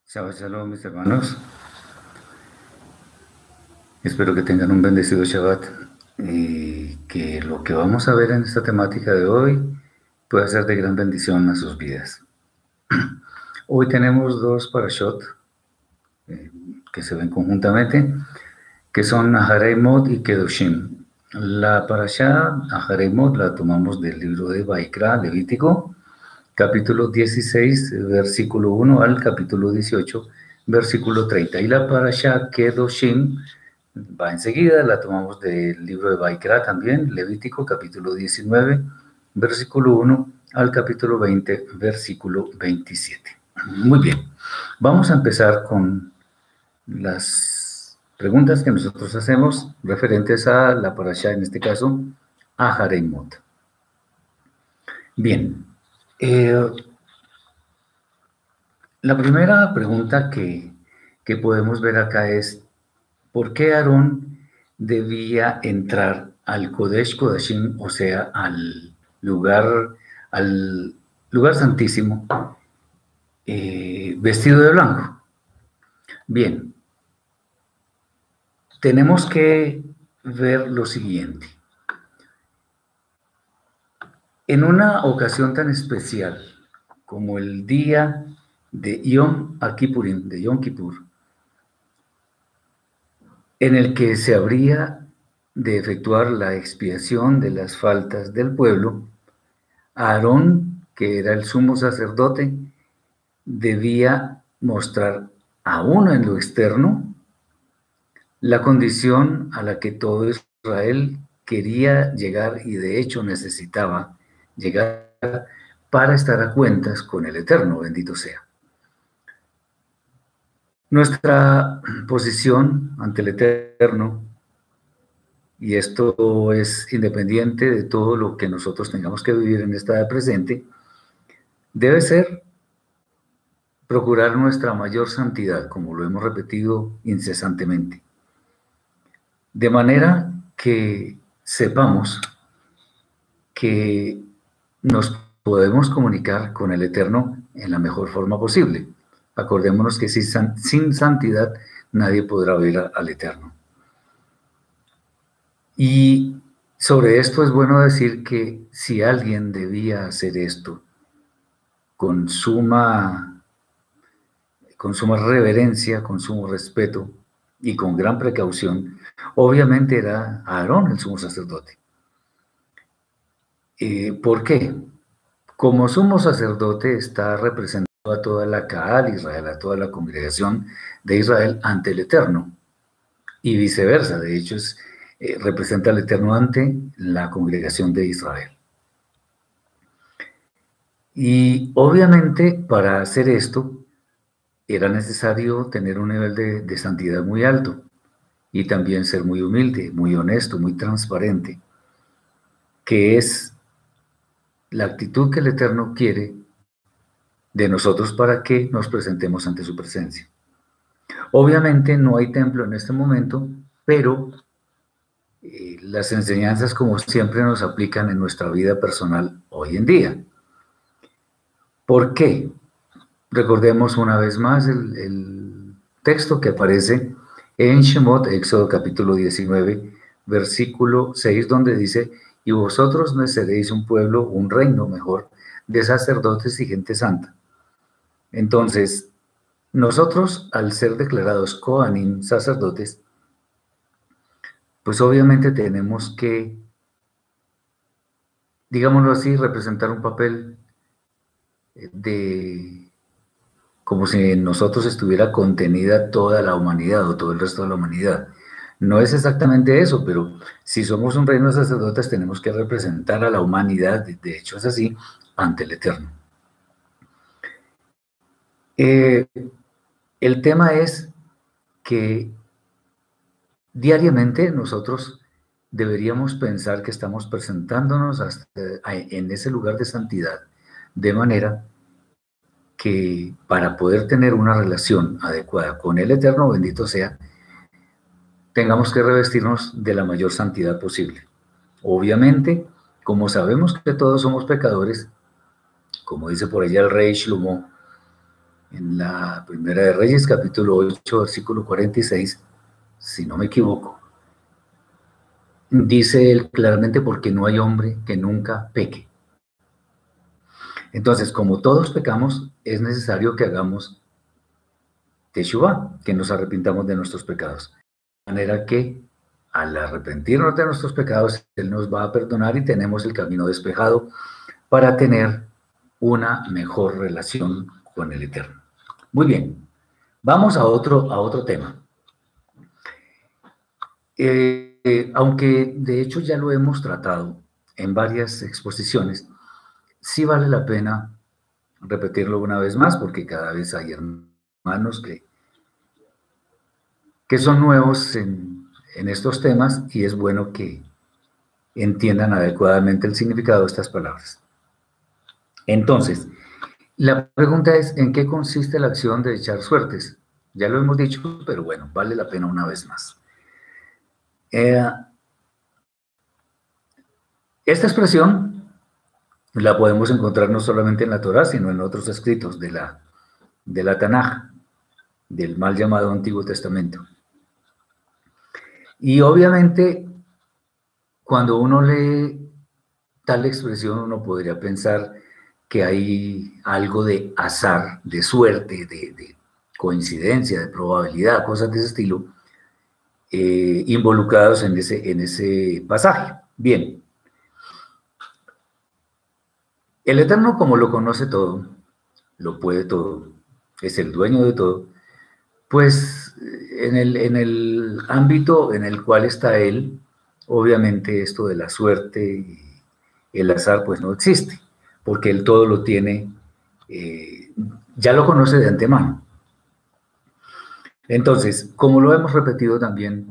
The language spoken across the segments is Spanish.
Shabbat Shalom, mis hermanos. Espero que tengan un bendecido Shabbat y que lo que vamos a ver en esta temática de hoy pueda ser de gran bendición a sus vidas. Hoy tenemos dos parashot que se ven conjuntamente, que son Aharei y Kedoshim. La parashá Aharei la tomamos del libro de Vaikra, Levítico, capítulo 16, versículo 1 al capítulo 18, versículo 30. Y la parashá Kedoshim va enseguida, la tomamos del libro de Vaikra también, Levítico, capítulo 19, versículo 1 al capítulo 20, versículo 27. Muy bien, vamos a empezar con las preguntas que nosotros hacemos referentes a la parashá, en este caso, a Aharei. Bien, la primera pregunta que podemos ver acá es, ¿por qué Aarón debía entrar al Kodesh Kodashim, o sea, lugar, al lugar santísimo, vestido de blanco? Bien, tenemos que ver lo siguiente. En una ocasión tan especial como el día de Yom Kippurim, de Yom Kippur, en el que se habría de efectuar la expiación de las faltas del pueblo, Aarón, que era el sumo sacerdote, debía mostrar a uno en lo externo la condición a la que todo Israel quería llegar y de hecho necesitaba llegar para estar a cuentas con el Eterno, bendito sea. Nuestra posición ante el Eterno, y esto es independiente de todo lo que nosotros tengamos que vivir en esta edad presente, debe ser procurar nuestra mayor santidad, como lo hemos repetido incesantemente, de manera que sepamos que nos podemos comunicar con el Eterno en la mejor forma posible. Acordémonos que sin santidad nadie podrá ver al Eterno. Y sobre esto es bueno decir que si alguien debía hacer esto con suma reverencia, con sumo respeto y con gran precaución, obviamente era Aarón el sumo sacerdote. ¿Por qué? Como sumo sacerdote está representando a toda la Kahal Israel, a toda la congregación de Israel ante el Eterno, y viceversa. De hecho, representa al Eterno ante la congregación de Israel. Y obviamente para hacer esto era necesario tener un nivel de santidad muy alto y también ser muy humilde, muy honesto, muy transparente, que es la actitud que el Eterno quiere de nosotros para que nos presentemos ante su presencia. Obviamente no hay templo en este momento, pero las enseñanzas, como siempre, nos aplican en nuestra vida personal hoy en día. ¿Por qué? Recordemos una vez más el texto que aparece en Shemot, Éxodo capítulo 19, versículo 6, donde dice: y vosotros me seréis un pueblo, un reino mejor, de sacerdotes y gente santa. Entonces, nosotros, al ser declarados Kohanim, sacerdotes, pues obviamente tenemos que, digámoslo así, representar un papel como si en nosotros estuviera contenida toda la humanidad o todo el resto de la humanidad. No es exactamente eso, pero si somos un reino de sacerdotes tenemos que representar a la humanidad, de hecho es así, ante el Eterno. El tema es que diariamente nosotros deberíamos pensar que estamos presentándonos en ese lugar de santidad, de manera que para poder tener una relación adecuada con el Eterno, bendito sea, tengamos que revestirnos de la mayor santidad posible. Obviamente, como sabemos que todos somos pecadores, como dice por allá el rey Shlomo, en la Primera de Reyes, capítulo 8, versículo 46, si no me equivoco, dice él claramente: porque no hay hombre que nunca peque. Entonces, como todos pecamos, es necesario que hagamos Teshuvá, que nos arrepintamos de nuestros pecados. De manera que al arrepentirnos de nuestros pecados, Él nos va a perdonar y tenemos el camino despejado para tener una mejor relación con el Eterno. Muy bien, vamos a otro tema. Aunque de hecho ya lo hemos tratado en varias exposiciones, sí vale la pena repetirlo una vez más, porque cada vez hay hermanos que son nuevos en estos temas y es bueno que entiendan adecuadamente el significado de estas palabras. Entonces, la pregunta es: ¿en qué consiste la acción de echar suertes? Ya lo hemos dicho, pero bueno, vale la pena una vez más. Esta expresión la podemos encontrar no solamente en la Torá, sino en otros escritos de la Tanaj, del mal llamado Antiguo Testamento. Y obviamente, cuando uno lee tal expresión, uno podría pensar que hay algo de azar, de suerte, de coincidencia, de probabilidad, cosas de ese estilo, involucrados en ese pasaje. Bien, el Eterno, como lo conoce todo, lo puede todo, es el dueño de todo, pues en el ámbito en el cual está Él, obviamente esto de la suerte y el azar pues no existe, porque Él todo lo tiene, ya lo conoce de antemano. Entonces, como lo hemos repetido también,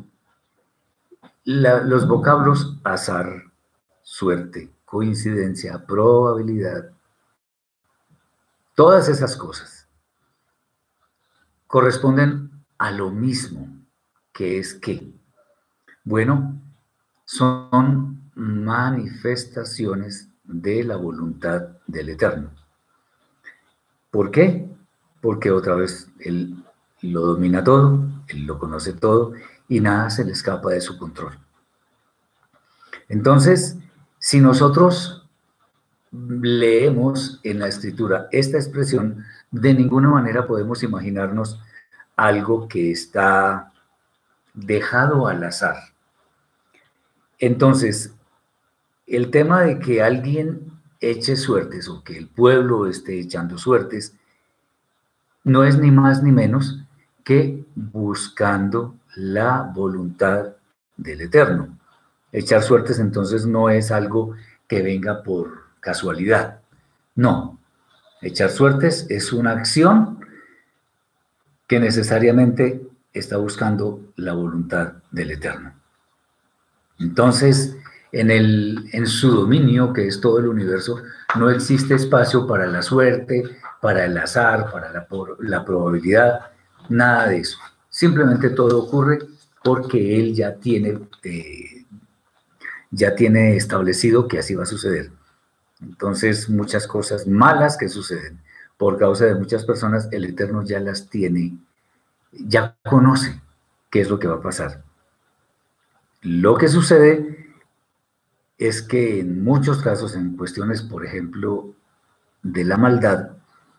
los vocablos azar, suerte, coincidencia, probabilidad, todas esas cosas corresponden a lo mismo, que es que, bueno, son manifestaciones de la voluntad del Eterno. ¿Por qué? Porque otra vez Él lo domina todo, Él lo conoce todo y nada se le escapa de su control. Entonces, si nosotros leemos en la Escritura esta expresión, de ninguna manera podemos imaginarnos algo que está dejado al azar. Entonces, el tema de que alguien eche suertes o que el pueblo esté echando suertes no es ni más ni menos que buscando la voluntad del Eterno. Echar suertes entonces no es algo que venga por casualidad. No, echar suertes es una acción que necesariamente está buscando la voluntad del Eterno. Entonces, en su dominio, que es todo el universo, no existe espacio para la suerte, para el azar, para la probabilidad, nada de eso. Simplemente todo ocurre porque Él ya tiene establecido que así va a suceder. Entonces, muchas cosas malas que suceden por causa de muchas personas, el Eterno ya las tiene, ya conoce qué es lo que va a pasar. Lo que sucede es que en muchos casos, en cuestiones, por ejemplo, de la maldad,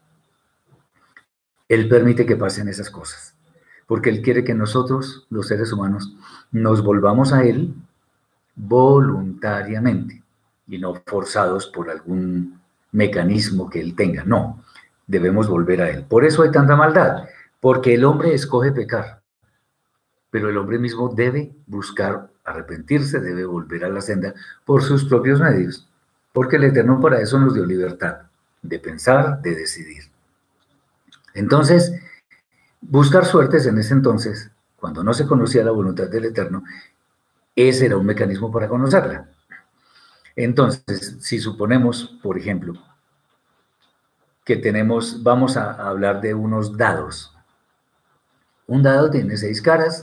Él permite que pasen esas cosas, porque Él quiere que nosotros, los seres humanos, nos volvamos a Él voluntariamente y no forzados por algún mecanismo que Él tenga. No, debemos volver a Él. Por eso hay tanta maldad, porque el hombre escoge pecar, pero el hombre mismo debe buscar arrepentirse, debe volver a la senda por sus propios medios, porque el Eterno para eso nos dio libertad de pensar, de decidir. Entonces, buscar suertes en ese entonces, cuando no se conocía la voluntad del Eterno, ese era un mecanismo para conocerla. Entonces, si suponemos, por ejemplo, que vamos a hablar de unos dados. Un dado tiene 6 caras,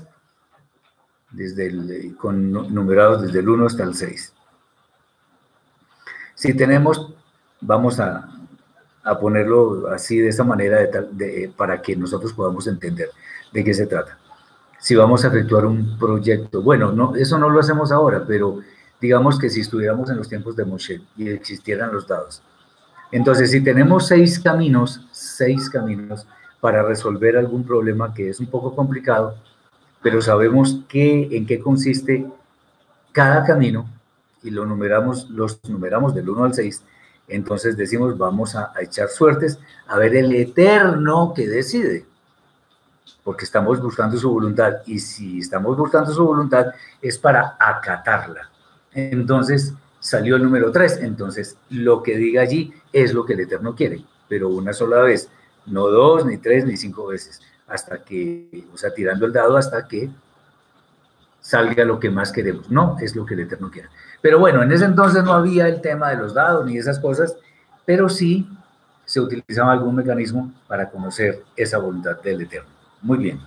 numerados desde el 1 hasta el 6. Si tenemos, vamos a a ponerlo así de esta manera para que nosotros podamos entender de qué se trata. Si vamos a efectuar un proyecto, bueno, no, eso no lo hacemos ahora, pero digamos que si estuviéramos en los tiempos de Moshe y existieran los dados. Entonces, si tenemos seis caminos para resolver algún problema que es un poco complicado, pero sabemos en qué consiste cada camino y los numeramos del 1 al 6, entonces decimos, vamos a echar suertes a ver el Eterno que decide, porque estamos buscando su voluntad, y si estamos buscando su voluntad es para acatarla. Entonces salió el número 3, entonces lo que diga allí es lo que el Eterno quiere, pero una sola vez, no 2, ni 3, ni 5 veces, hasta que, o sea, tirando el dado hasta que salga lo que más queremos. No, es lo que el Eterno quiere. Pero bueno, en ese entonces no había el tema de los dados ni esas cosas, pero sí se utilizaba algún mecanismo para conocer esa voluntad del Eterno. Muy bien.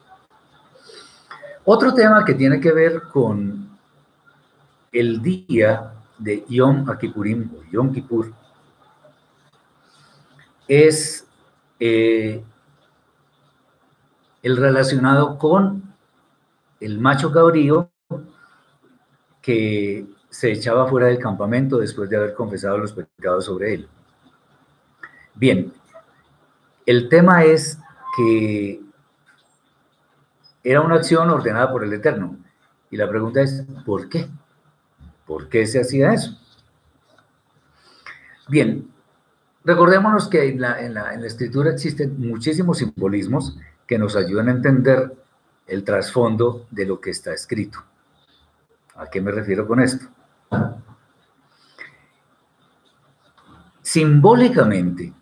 Otro tema que tiene que ver con el día de Yom Kippurim, o Yom Kippur, es el relacionado con el macho cabrío que se echaba fuera del campamento después de haber confesado los pecados sobre él. Bien, el tema es que era una acción ordenada por el Eterno. Y la pregunta es, ¿por qué? ¿Por qué se hacía eso? Bien, recordémonos que en la Escritura existen muchísimos simbolismos que nos ayudan a entender el trasfondo de lo que está escrito. ¿A qué me refiero con esto? Simbólicamente,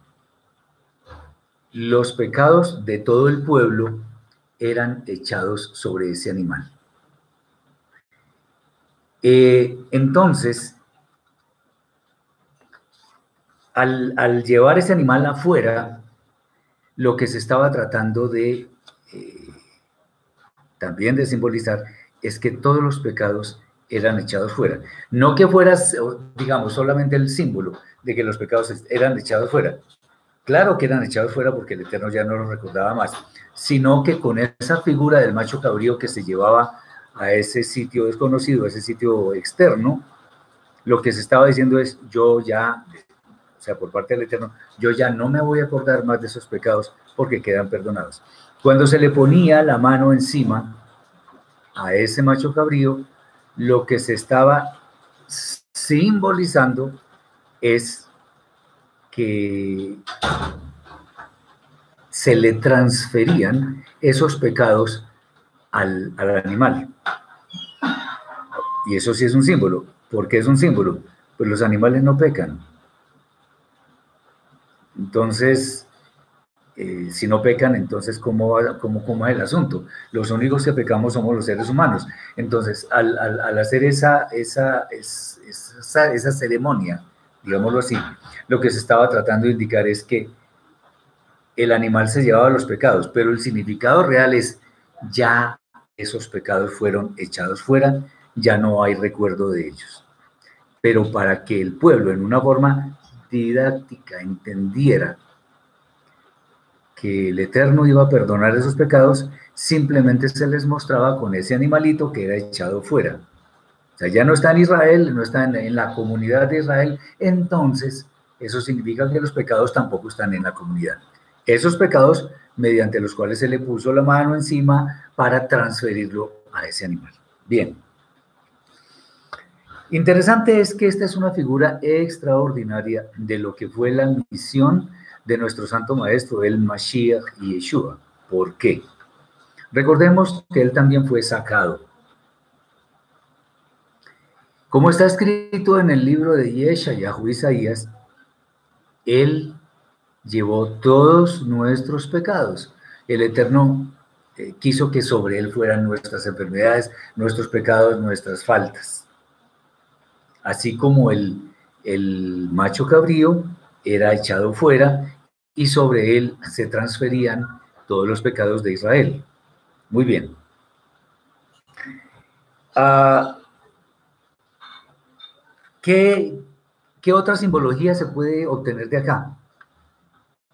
los pecados de todo el pueblo eran echados sobre ese animal. Entonces, al llevar ese animal afuera, lo que se estaba tratando de también de simbolizar es que todos los pecados eran echados fuera. No que fueras, digamos, solamente el símbolo de que los pecados eran echados fuera. Claro que eran echados fuera porque el Eterno ya no los recordaba más, sino que con esa figura del macho cabrío que se llevaba a ese sitio desconocido, a ese sitio externo, lo que se estaba diciendo es, yo ya, o sea, por parte del Eterno, yo ya no me voy a acordar más de esos pecados porque quedan perdonados. Cuando se le ponía la mano encima a ese macho cabrío, lo que se estaba simbolizando es que se le transferían esos pecados al animal. Y eso sí es un símbolo. ¿Por qué es un símbolo? Pues los animales no pecan. Entonces, si no pecan, entonces ¿cómo es el asunto? Los únicos que pecamos somos los seres humanos. Entonces, al hacer esa ceremonia, digámoslo así, lo que se estaba tratando de indicar es que el animal se llevaba los pecados, pero el significado real es ya esos pecados fueron echados fuera, ya no hay recuerdo de ellos. Pero para que el pueblo en una forma didáctica entendiera que el Eterno iba a perdonar esos pecados, simplemente se les mostraba con ese animalito que era echado fuera. O sea, ya no está en Israel, no está en la comunidad de Israel, entonces eso significa que los pecados tampoco están en la comunidad. Esos pecados mediante los cuales se le puso la mano encima para transferirlo a ese animal. Bien. Interesante es que esta es una figura extraordinaria de lo que fue la misión de nuestro Santo Maestro, el Mashiach y Yeshua. ¿Por qué? Recordemos que él también fue sacado. Como está escrito en el libro de Yeshayahu Isaías, él llevó todos nuestros pecados. El Eterno quiso que sobre él fueran nuestras enfermedades, nuestros pecados, nuestras faltas. Así como el macho cabrío era echado fuera y sobre él se transferían todos los pecados de Israel. Muy bien. ¿Qué otra simbología se puede obtener de acá?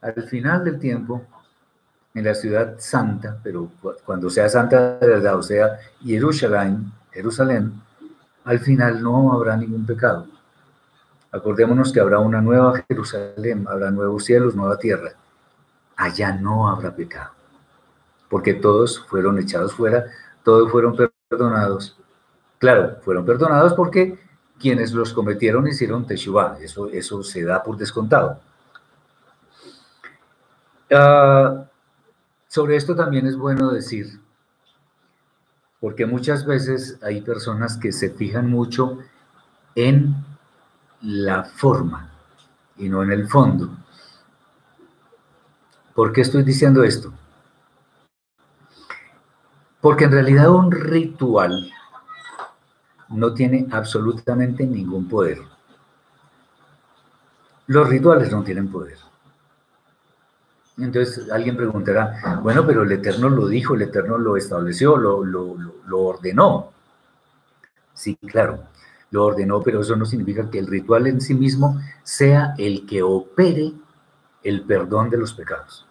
al final del tiempo, en la ciudad santa, pero cuando sea santa de verdad, o sea, Jerusalén, al final no habrá ningún pecado. Acordémonos que habrá una nueva Jerusalén, habrá nuevos cielos, nueva tierra. Allá no habrá pecado, porque todos fueron echados fuera, todos fueron perdonados. Claro, fueron perdonados porque quienes los cometieron hicieron teshuvá, eso se da por descontado. Sobre esto también es bueno decir, porque muchas veces hay personas que se fijan mucho en la forma y no en el fondo. ¿Por qué estoy diciendo esto? Porque en realidad un ritual no tiene absolutamente ningún poder. Los rituales no tienen poder. Entonces alguien preguntará, bueno, pero el Eterno lo dijo, el Eterno lo estableció, lo ordenó. Sí, claro, lo ordenó, pero eso no significa que el ritual en sí mismo sea el que opere el perdón de los pecados.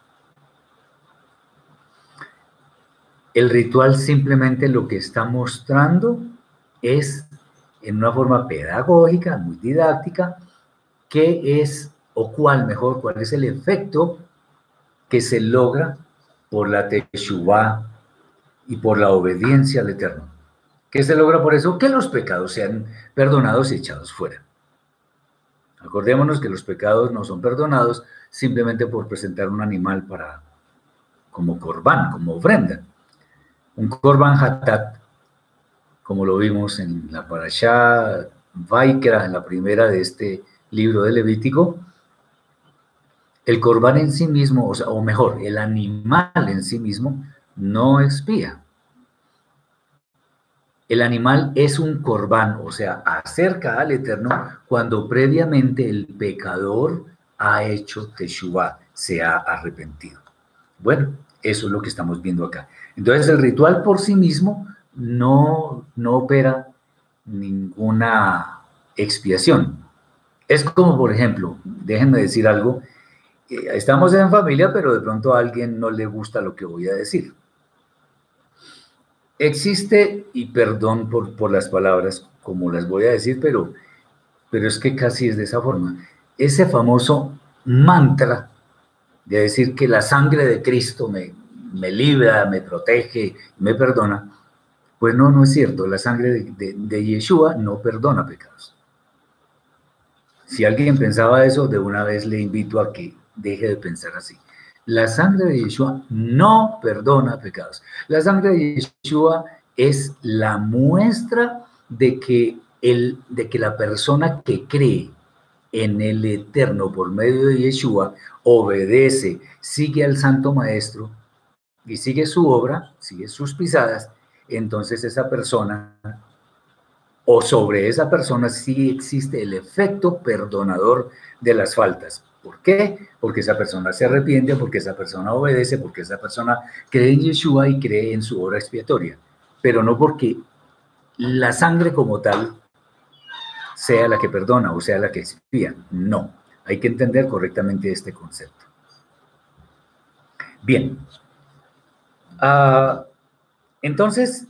El ritual simplemente lo que está mostrando es, en una forma pedagógica, muy didáctica, qué es, o cuál es el efecto que se logra por la teshuvá y por la obediencia al Eterno. ¿Qué se logra por eso? Que los pecados sean perdonados y echados fuera. Acordémonos que los pecados no son perdonados simplemente por presentar un animal como corbán, como ofrenda. Un corbán hatat, como lo vimos en la parashá Vaikra, en la primera de este libro de Levítico, el corbán en sí mismo, o mejor, el animal en sí mismo, no expía. El animal es un corbán, o sea, acerca al Eterno cuando previamente el pecador ha hecho teshuvá, se ha arrepentido. Bueno, eso es lo que estamos viendo acá. Entonces, el ritual por sí mismo no opera ninguna expiación. Es como, por ejemplo, déjenme decir algo, estamos en familia, pero de pronto a alguien no le gusta lo que voy a decir. Existe, y perdón por las palabras como las voy a decir, pero es que casi es de esa forma, ese famoso mantra de decir que la sangre de Cristo me libra, me protege, me perdona, pues no es cierto, la sangre de Yeshua no perdona pecados. Si alguien pensaba eso, de una vez le invito a que deje de pensar así. La sangre de Yeshua no perdona pecados. La sangre de Yeshua es la muestra de que la persona que cree en el Eterno por medio de Yeshua obedece, sigue al Santo Maestro y sigue su obra, sigue sus pisadas, entonces esa persona, o sobre esa persona sí existe el efecto perdonador de las faltas. ¿Por qué? Porque esa persona se arrepiente, porque esa persona obedece, porque esa persona cree en Yeshua y cree en su obra expiatoria, pero no porque la sangre como tal sea la que perdona o sea la que expía. No, hay que entender correctamente este concepto. Bien, entonces,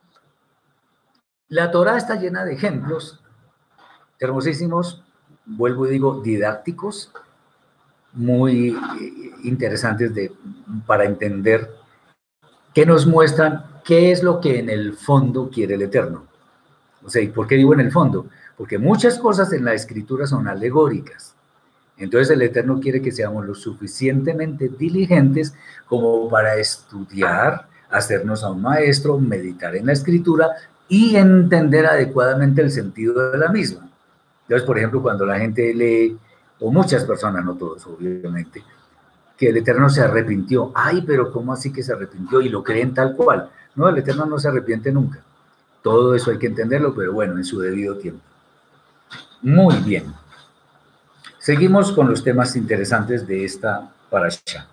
la Torá está llena de ejemplos hermosísimos, vuelvo y digo, didácticos, muy interesantes para entender, que nos muestran qué es lo que en el fondo quiere el Eterno. O sea, ¿y por qué digo en el fondo? Porque muchas cosas en la Escritura son alegóricas. Entonces el Eterno quiere que seamos lo suficientemente diligentes como para estudiar, hacernos a un maestro, meditar en la Escritura y entender adecuadamente el sentido de la misma. Entonces, por ejemplo, cuando la gente lee, o muchas personas, no todos, obviamente, que el Eterno se arrepintió. Ay, pero ¿cómo así que se arrepintió? Y lo creen tal cual. No, el Eterno no se arrepiente nunca. Todo eso hay que entenderlo, pero bueno, en su debido tiempo. Muy bien. Seguimos con los temas interesantes de esta parasha.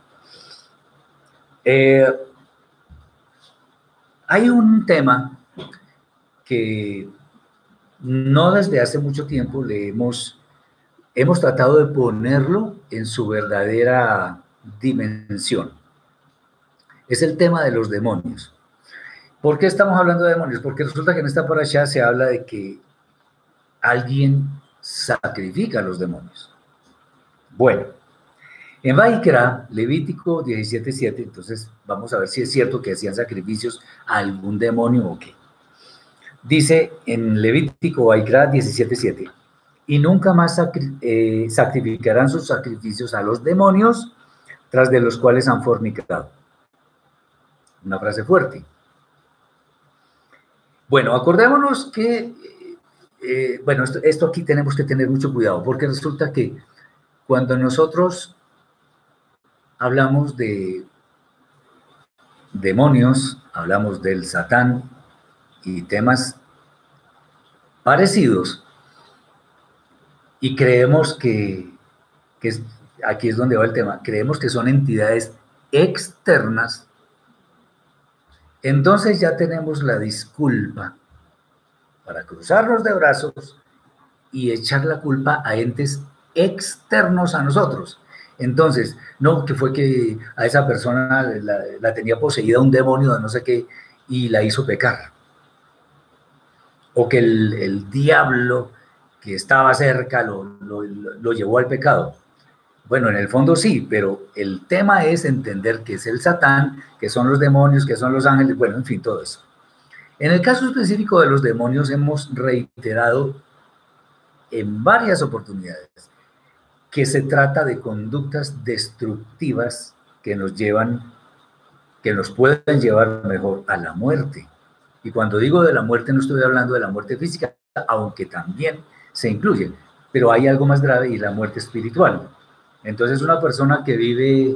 Hay un tema que no desde hace mucho tiempo hemos tratado de ponerlo en su verdadera dimensión. Es el tema de los demonios. ¿Por qué estamos hablando de demonios? Porque resulta que en esta parashá se habla de que alguien sacrifica a los demonios. Bueno, en Vaikra, Levítico 17:7, entonces vamos a ver si es cierto que hacían sacrificios a algún demonio o qué. Dice en Levítico Vaikra 17:7, y nunca más sacrificarán sus sacrificios a los demonios tras de los cuales han fornicado. Una frase fuerte. Bueno, acordémonos que, bueno, esto aquí tenemos que tener mucho cuidado, porque resulta que cuando nosotros hablamos de demonios, hablamos del Satán y temas parecidos, y creemos que aquí es donde va el tema, creemos que son entidades externas, entonces ya tenemos la disculpa para cruzarnos de brazos y echar la culpa a entes externos a nosotros. Entonces, no, que fue que a esa persona la tenía poseída un demonio de no sé qué y la hizo pecar. O que el diablo que estaba cerca lo llevó al pecado. Bueno, en el fondo sí, pero el tema es entender que es el Satán, que son los demonios, que son los ángeles, bueno, en fin, todo eso. En el caso específico de los demonios hemos reiterado en varias oportunidades que se trata de conductas destructivas que nos llevan, que nos pueden llevar mejor a la muerte. Y cuando digo de la muerte no estoy hablando de la muerte física, aunque también se incluye, pero hay algo más grave y la muerte espiritual. Entonces una persona que vive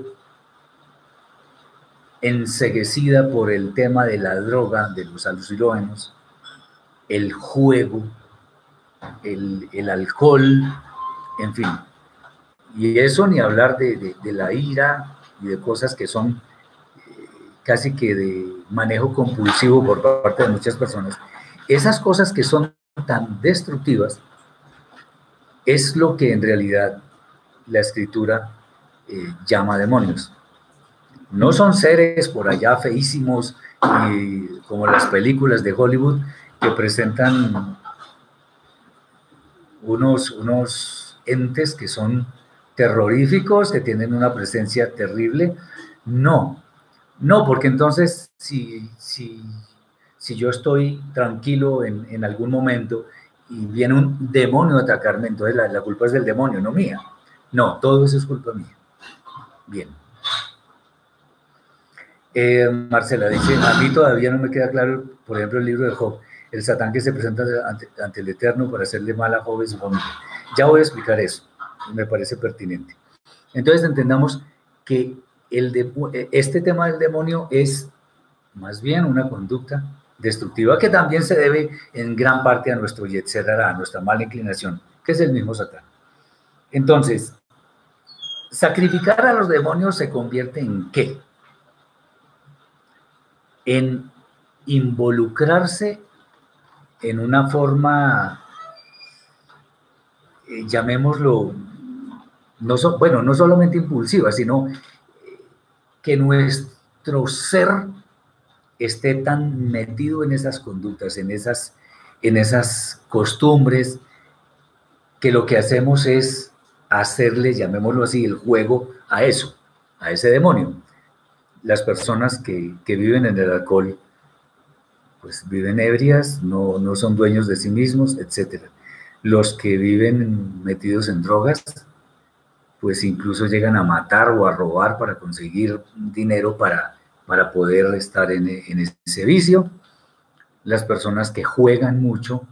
enceguecida por el tema de la droga, de los alucinógenos, el juego, el alcohol, en fin. Y eso ni hablar de la ira y de cosas que son casi que de manejo compulsivo por parte de muchas personas. Esas cosas que son tan destructivas es lo que en realidad la escritura llama demonios. No son seres por allá feísimos como las películas de Hollywood que presentan unos entes que son terroríficos, que tienen una presencia terrible. No, porque entonces si yo estoy tranquilo en algún momento y viene un demonio a atacarme, entonces la culpa es del demonio, no mía. No, todo eso es culpa mía. Bien. Marcela dice, a mí todavía no me queda claro, por ejemplo, el libro de Job, el Satán que se presenta ante el Eterno para hacerle mal a Job y su familia. Ya voy a explicar eso, me parece pertinente. Entonces entendamos que este tema del demonio es más bien una conducta destructiva que también se debe en gran parte a nuestro yetzer hara, a nuestra mala inclinación, que es el mismo Satán. Entonces, sacrificar a los demonios se convierte en ¿qué? En involucrarse en una forma, llamémoslo, no solamente impulsiva, sino que nuestro ser esté tan metido en esas conductas, en esas costumbres, que lo que hacemos es hacerle, llamémoslo así, el juego a eso, a ese demonio. Las personas que viven en el alcohol, pues viven ebrias, no son dueños de sí mismos, etc. Los que viven metidos en drogas, pues incluso llegan a matar o a robar para conseguir dinero para poder estar en ese vicio. Las personas que juegan mucho,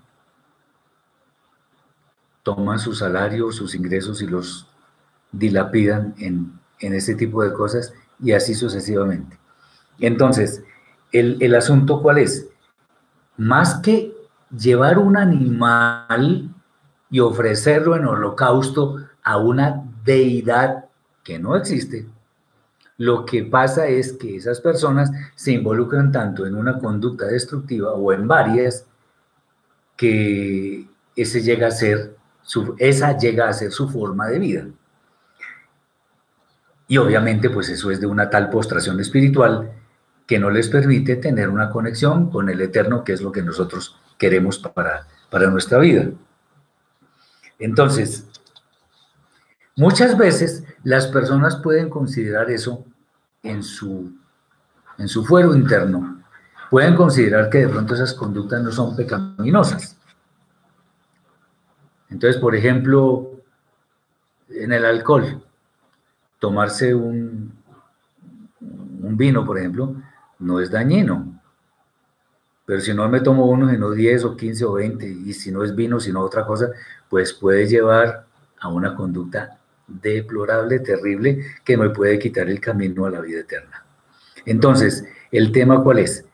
toman su salario, sus ingresos y los dilapidan en ese tipo de cosas y así sucesivamente. Entonces, el asunto ¿cuál es? Más que llevar un animal y ofrecerlo en holocausto a una deidad que no existe, lo que pasa es que esas personas se involucran tanto en una conducta destructiva o en varias que esa llega a ser su forma de vida. Y obviamente pues eso es de una tal postración espiritual que no les permite tener una conexión con el Eterno, que es lo que nosotros queremos para nuestra vida. Entonces, muchas veces las personas pueden considerar eso en su fuero interno. Pueden considerar que de pronto esas conductas no son pecaminosas. Entonces, por ejemplo, en el alcohol, tomarse un vino, por ejemplo, no es dañino. Pero si no me tomo uno, sino 10 o 15 o 20, y si no es vino, sino otra cosa, pues puede llevar a una conducta deplorable, terrible, que me puede quitar el camino a la vida eterna. Entonces, ¿el tema cuál es?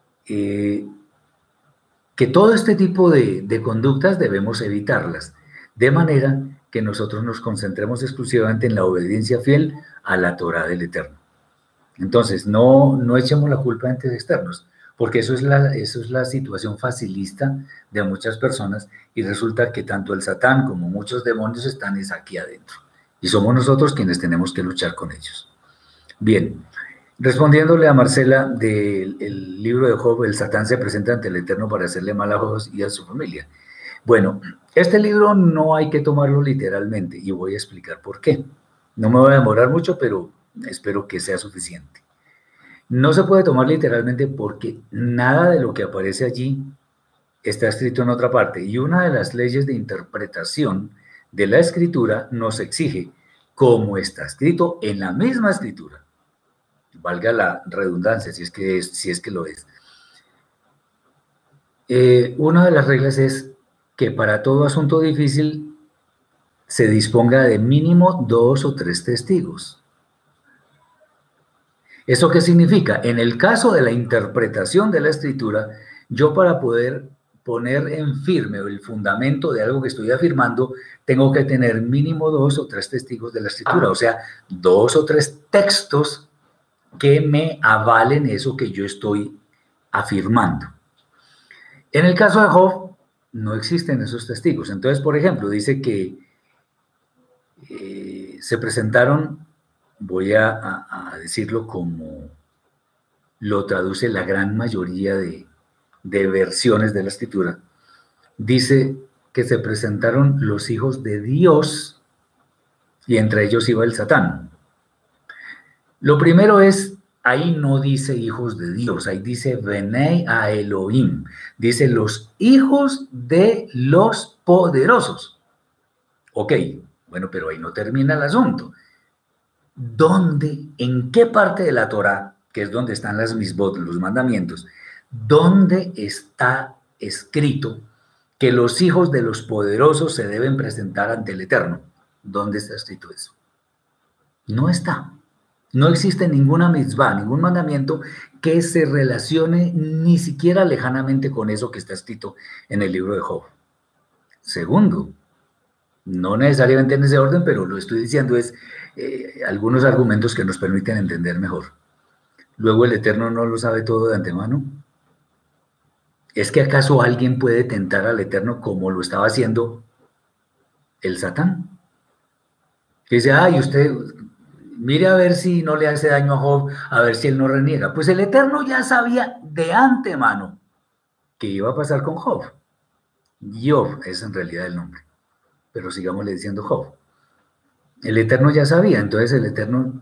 Que todo este tipo de conductas debemos evitarlas, de manera que nosotros nos concentremos exclusivamente en la obediencia fiel a la Torá del Eterno. Entonces, no echemos la culpa a entes externos, porque eso es la situación facilista de muchas personas, y resulta que tanto el Satán como muchos demonios están aquí adentro, y somos nosotros quienes tenemos que luchar con ellos. Bien, respondiéndole a Marcela del libro de Job, el Satán se presenta ante el Eterno para hacerle mal a Job y a su familia. Bueno, este libro no hay que tomarlo literalmente, y voy a explicar por qué. No me voy a demorar mucho, pero espero que sea suficiente. No se puede tomar literalmente porque nada de lo que aparece allí está escrito en otra parte. Y una de las leyes de interpretación de la escritura nos exige, como está escrito en la misma escritura, valga la redundancia, si es que lo es. Una de las reglas es que para todo asunto difícil se disponga de mínimo 2 o 3 testigos. ¿Eso qué significa? En el caso de la interpretación de la escritura, yo para poder poner en firme el fundamento de algo que estoy afirmando, tengo que tener mínimo 2 o 3 testigos de la escritura, o sea, 2 o 3 textos que me avalen eso que yo estoy afirmando. En el caso de Job, no existen esos testigos. Entonces, por ejemplo, dice que se presentaron, voy a decirlo como lo traduce la gran mayoría de versiones de la escritura, dice que se presentaron los hijos de Dios y entre ellos iba el Satán. Lo primero es, ahí no dice hijos de Dios, ahí dice Benei a Elohim, dice los hijos de los poderosos. Ok, bueno, pero ahí no termina el asunto. ¿Dónde, en qué parte de la Torá, que es donde están las misbot, los mandamientos, dónde está escrito que los hijos de los poderosos se deben presentar ante el Eterno? ¿Dónde está escrito eso? No está. No existe ninguna mitzvah, ningún mandamiento que se relacione ni siquiera lejanamente con eso que está escrito en el libro de Job. Segundo, no necesariamente en ese orden, pero lo estoy diciendo es algunos argumentos que nos permiten entender mejor. Luego el Eterno no lo sabe todo de antemano. ¿Es que acaso alguien puede tentar al Eterno como lo estaba haciendo el Satán? Que dice, ay, usted mire a ver si no le hace daño a Job, a ver si él no reniega. Pues el Eterno ya sabía de antemano que iba a pasar con Job. Job es en realidad el nombre, pero sigámosle diciendo Job. El Eterno ya sabía, entonces el Eterno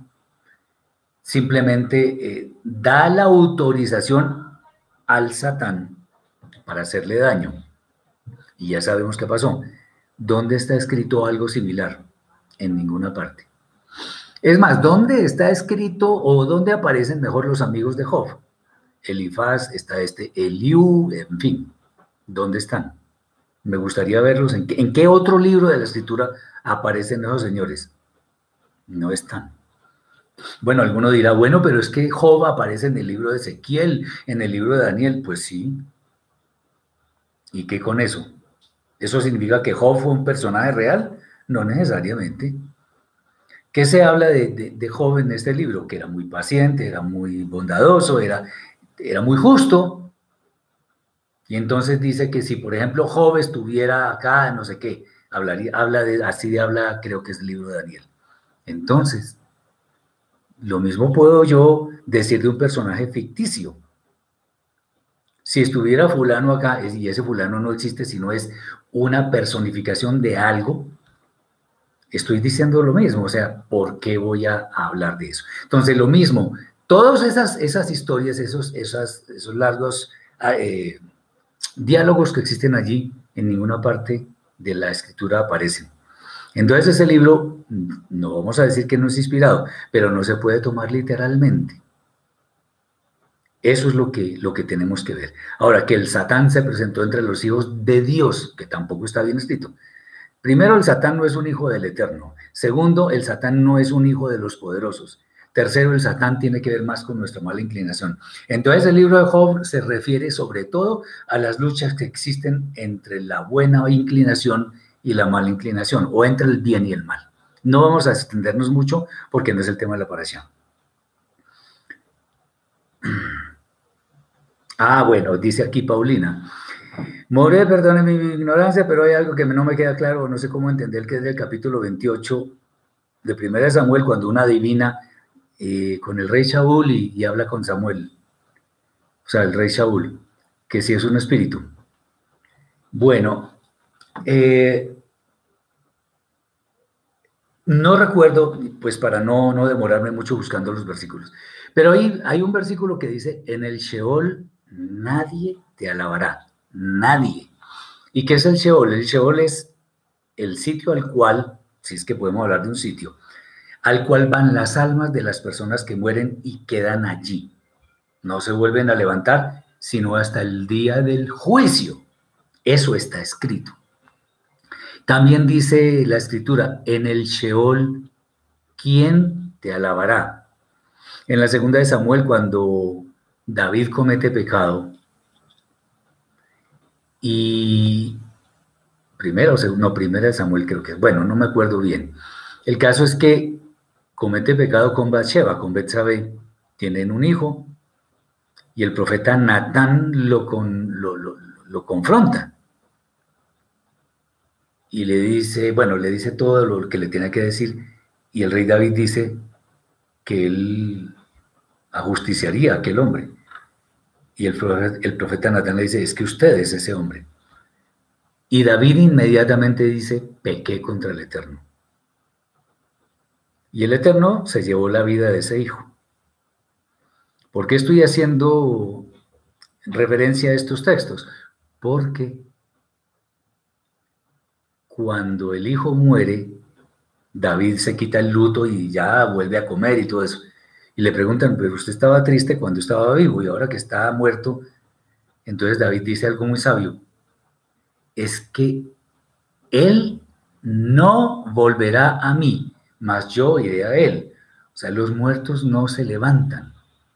simplemente da la autorización al Satán para hacerle daño. Y ya sabemos qué pasó. ¿Dónde está escrito algo similar? En ninguna parte. Es más, ¿dónde está escrito o dónde aparecen mejor los amigos de Job? Elifaz, está Eliú, en fin, ¿dónde están? Me gustaría verlos. ¿En qué otro libro de la Escritura aparecen esos señores? No están. Bueno, alguno dirá, bueno, pero es que Job aparece en el libro de Ezequiel, en el libro de Daniel. Pues sí. ¿Y qué con eso? ¿Eso significa que Job fue un personaje real? No necesariamente. ¿Qué se habla de Job en este libro? Que era muy paciente, era muy bondadoso, era muy justo. Y entonces dice que si, por ejemplo, Job estuviera acá, no sé qué, habla creo que es el libro de Daniel. Entonces, Lo mismo puedo yo decir de un personaje ficticio. Si estuviera fulano acá, y ese fulano no existe, sino es una personificación de algo, estoy diciendo lo mismo, o sea, ¿por qué voy a hablar de eso? Entonces, lo mismo, todas esas historias, esos largos diálogos que existen allí, en ninguna parte de la escritura aparecen. Entonces, ese libro, no vamos a decir que no es inspirado, pero no se puede tomar literalmente. Eso es lo que tenemos que ver. Ahora, que el Satán se presentó entre los hijos de Dios, que tampoco está bien escrito. Primero, el Satán no es un hijo del Eterno. Segundo, el Satán no es un hijo de los poderosos. Tercero, el Satán tiene que ver más con nuestra mala inclinación. Entonces, el libro de Job se refiere sobre todo a las luchas que existen entre la buena inclinación y la mala inclinación, o entre el bien y el mal. No vamos a extendernos mucho porque no es el tema de la paración. Ah, bueno, dice aquí Paulina. More, perdone mi ignorancia, pero hay algo que no me queda claro, no sé cómo entender, que es del capítulo 28 de Primera de Samuel, cuando una adivina con el rey Shaul y habla con Samuel, o sea, el rey Shaul, que sí es un espíritu. Bueno, no recuerdo, pues para no demorarme mucho buscando los versículos, pero hay un versículo que dice, en el Sheol nadie te alabará, nadie. ¿Y qué es el Sheol? El Sheol es el sitio al cual, si es que podemos hablar de un sitio, al cual van las almas de las personas que mueren y quedan allí. No se vuelven a levantar, sino hasta el día del juicio. Eso está escrito. También dice la escritura, en el Sheol, ¿quién te alabará? En la segunda de Samuel, cuando David comete pecado, y primero, no, primera de Samuel creo que es, bueno, no me acuerdo bien. El caso es que comete pecado con Bathsheba, con Betsabé, tienen un hijo, y el profeta Natán lo confronta. Y le dice, bueno, le dice todo lo que le tiene que decir, y el rey David dice que él ajusticiaría a aquel hombre. Y el profeta Natán le dice, es que usted es ese hombre. Y David inmediatamente dice, pequé contra el Eterno. Y el Eterno se llevó la vida de ese hijo. ¿Por qué estoy haciendo referencia a estos textos? Porque cuando el hijo muere, David se quita el luto y ya vuelve a comer y todo eso. Y le preguntan, pero usted estaba triste cuando estaba vivo y ahora que está muerto. Entonces David dice algo muy sabio, es que él no volverá a mí, mas yo iré a él. O sea, los muertos no se levantan.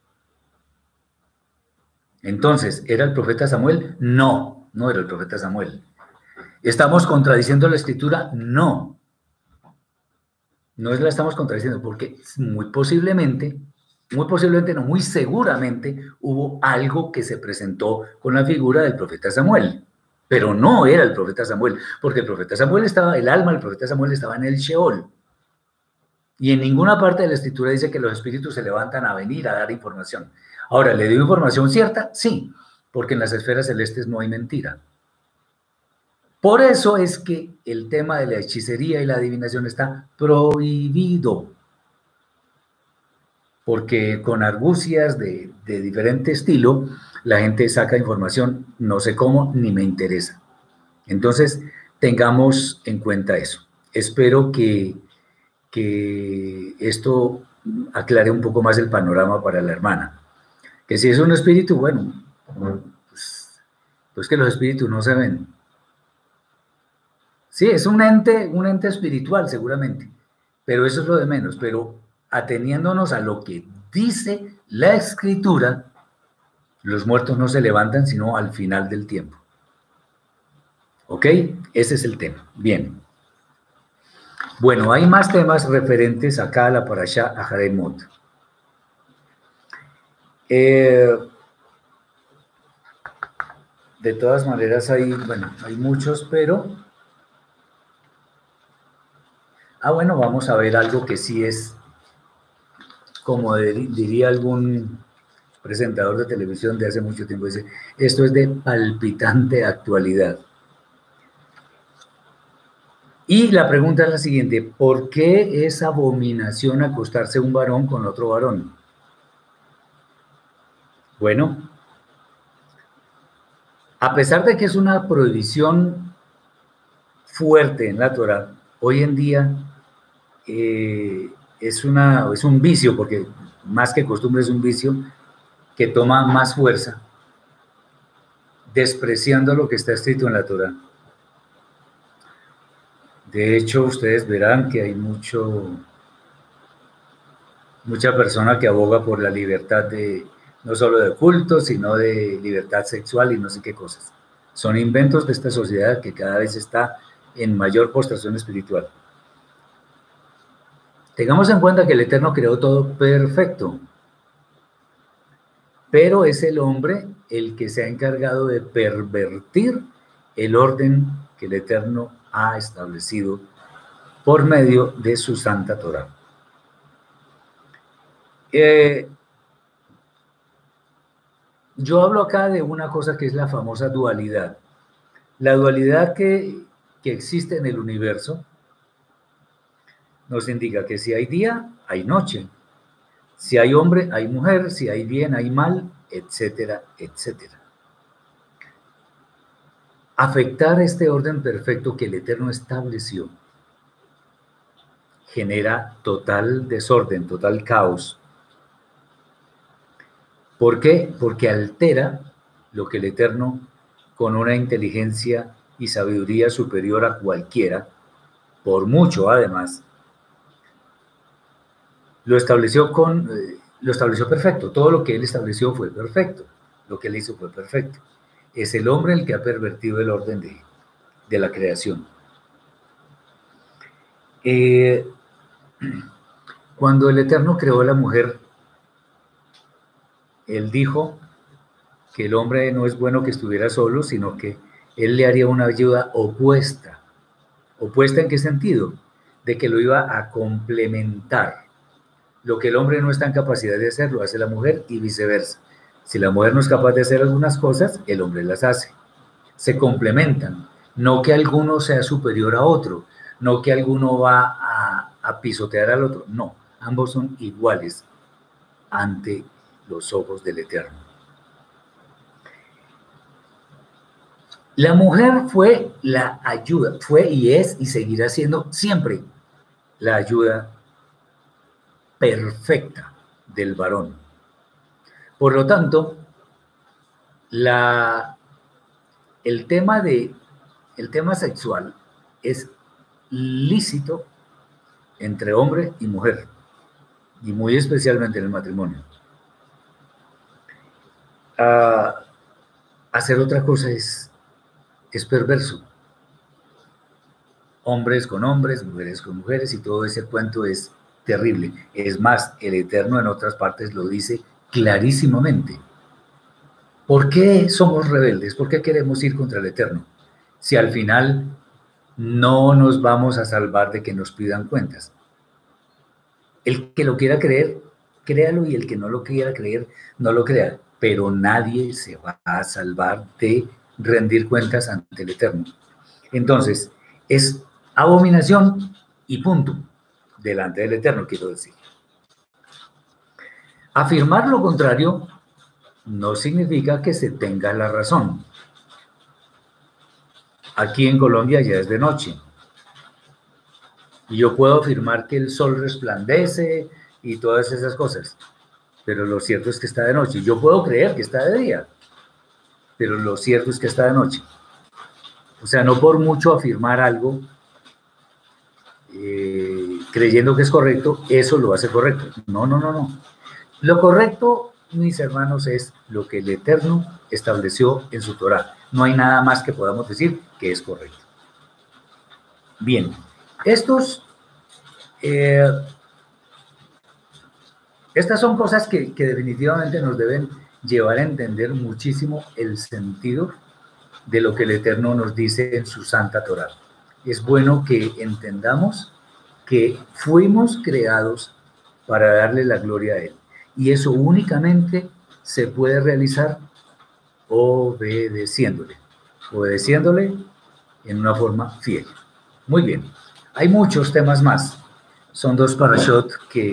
Entonces, ¿era el profeta Samuel? No, no era el profeta Samuel. ¿Estamos contradiciendo la escritura? No. No la estamos contradiciendo porque muy posiblemente no, muy seguramente hubo algo que se presentó con la figura del profeta Samuel, pero no era el profeta Samuel, porque el profeta Samuel estaba, el alma del profeta Samuel estaba en el Sheol, y en ninguna parte de la escritura dice que los espíritus se levantan a venir a dar información. Ahora, ¿le dio información cierta? Sí, porque en las esferas celestes no hay mentira. Por eso es que el tema de la hechicería y la adivinación está prohibido, porque con argucias de diferente estilo, la gente saca información, no sé cómo, ni me interesa. Entonces, tengamos en cuenta eso. Espero que esto aclare un poco más el panorama para la hermana. Que si es un espíritu, bueno, pues que los espíritus no se ven. Sí, es un ente espiritual seguramente, pero eso es lo de menos. Pero ateniéndonos a lo que dice la escritura, los muertos no se levantan sino al final del tiempo. ¿Ok? Ese es el tema. Bien. Bueno, hay más temas referentes acá a la parashá Aharemot. De todas maneras hay muchos, pero... bueno, vamos a ver algo que sí es como diría algún presentador de televisión de hace mucho tiempo, dice, esto es de palpitante actualidad. Y la pregunta es la siguiente, ¿por qué es abominación acostarse un varón con otro varón? Bueno, a pesar de que es una prohibición fuerte en la Torá, hoy en día es un vicio, porque más que costumbre es un vicio que toma más fuerza, despreciando lo que está escrito en la Torá. De hecho, ustedes verán que hay mucha persona que aboga por la libertad no solo de culto, sino de libertad sexual y no sé qué cosas. Son inventos de esta sociedad que cada vez está en mayor postración espiritual. Tengamos en cuenta que el Eterno creó todo perfecto, pero es el hombre el que se ha encargado de pervertir el orden que el Eterno ha establecido por medio de su Santa Torá. Yo hablo acá de una cosa que es la famosa dualidad. La dualidad que existe en el universo nos indica que si hay día, hay noche. Si hay hombre, hay mujer. Si hay bien, hay mal, etcétera, etcétera. Afectar este orden perfecto que el Eterno estableció genera total desorden, total caos. ¿Por qué? Porque altera lo que el Eterno, con una inteligencia y sabiduría superior a cualquiera, por mucho además, lo estableció perfecto. Todo lo que él estableció fue perfecto. Lo que él hizo fue perfecto. Es el hombre el que ha pervertido el orden de la creación. Cuando el Eterno creó a la mujer, él dijo que el hombre no es bueno que estuviera solo, sino que él le haría una ayuda opuesta. ¿Opuesta en qué sentido? De que lo iba a complementar. Lo que el hombre no está en capacidad de hacer, lo hace la mujer y viceversa. Si la mujer no es capaz de hacer algunas cosas, el hombre las hace. Se complementan. No que alguno sea superior a otro, no que alguno va a pisotear al otro. No, ambos son iguales ante los ojos del Eterno. La mujer fue la ayuda, fue y es y seguirá siendo siempre la ayuda perfecta del varón. Por lo tanto, el tema sexual es lícito entre hombre y mujer, y muy especialmente en el matrimonio. Hacer otra cosa es perverso. Hombres con hombres, mujeres con mujeres, y todo ese cuento es terrible. Es más, el Eterno en otras partes lo dice clarísimamente. ¿Por qué somos rebeldes? ¿Por qué queremos ir contra el Eterno? Si al final no nos vamos a salvar de que nos pidan cuentas. El que lo quiera creer, créalo, y el que no lo quiera creer, no lo crea. Pero nadie se va a salvar de rendir cuentas ante el Eterno. Entonces, es abominación y punto, delante del Eterno, quiero decir. Afirmar lo contrario no significa que se tenga la razón. Aquí en Colombia ya es de noche. Y yo puedo afirmar que el sol resplandece y todas esas cosas. Pero lo cierto es que está de noche. Yo puedo creer que está de día, pero lo cierto es que está de noche. O sea, no por mucho afirmar algo, creyendo que es correcto, eso lo hace correcto. No, no, no, no. Lo correcto, mis hermanos, es lo que el Eterno estableció en su Torá. No hay nada más que podamos decir que es correcto. Bien, estas son cosas que definitivamente nos deben llevar a entender muchísimo el sentido de lo que el Eterno nos dice en su Santa Torá. Es bueno que entendamos que fuimos creados para darle la gloria a Él. Y eso únicamente se puede realizar obedeciéndole en una forma fiel. Muy bien, hay muchos temas más. Son dos parashot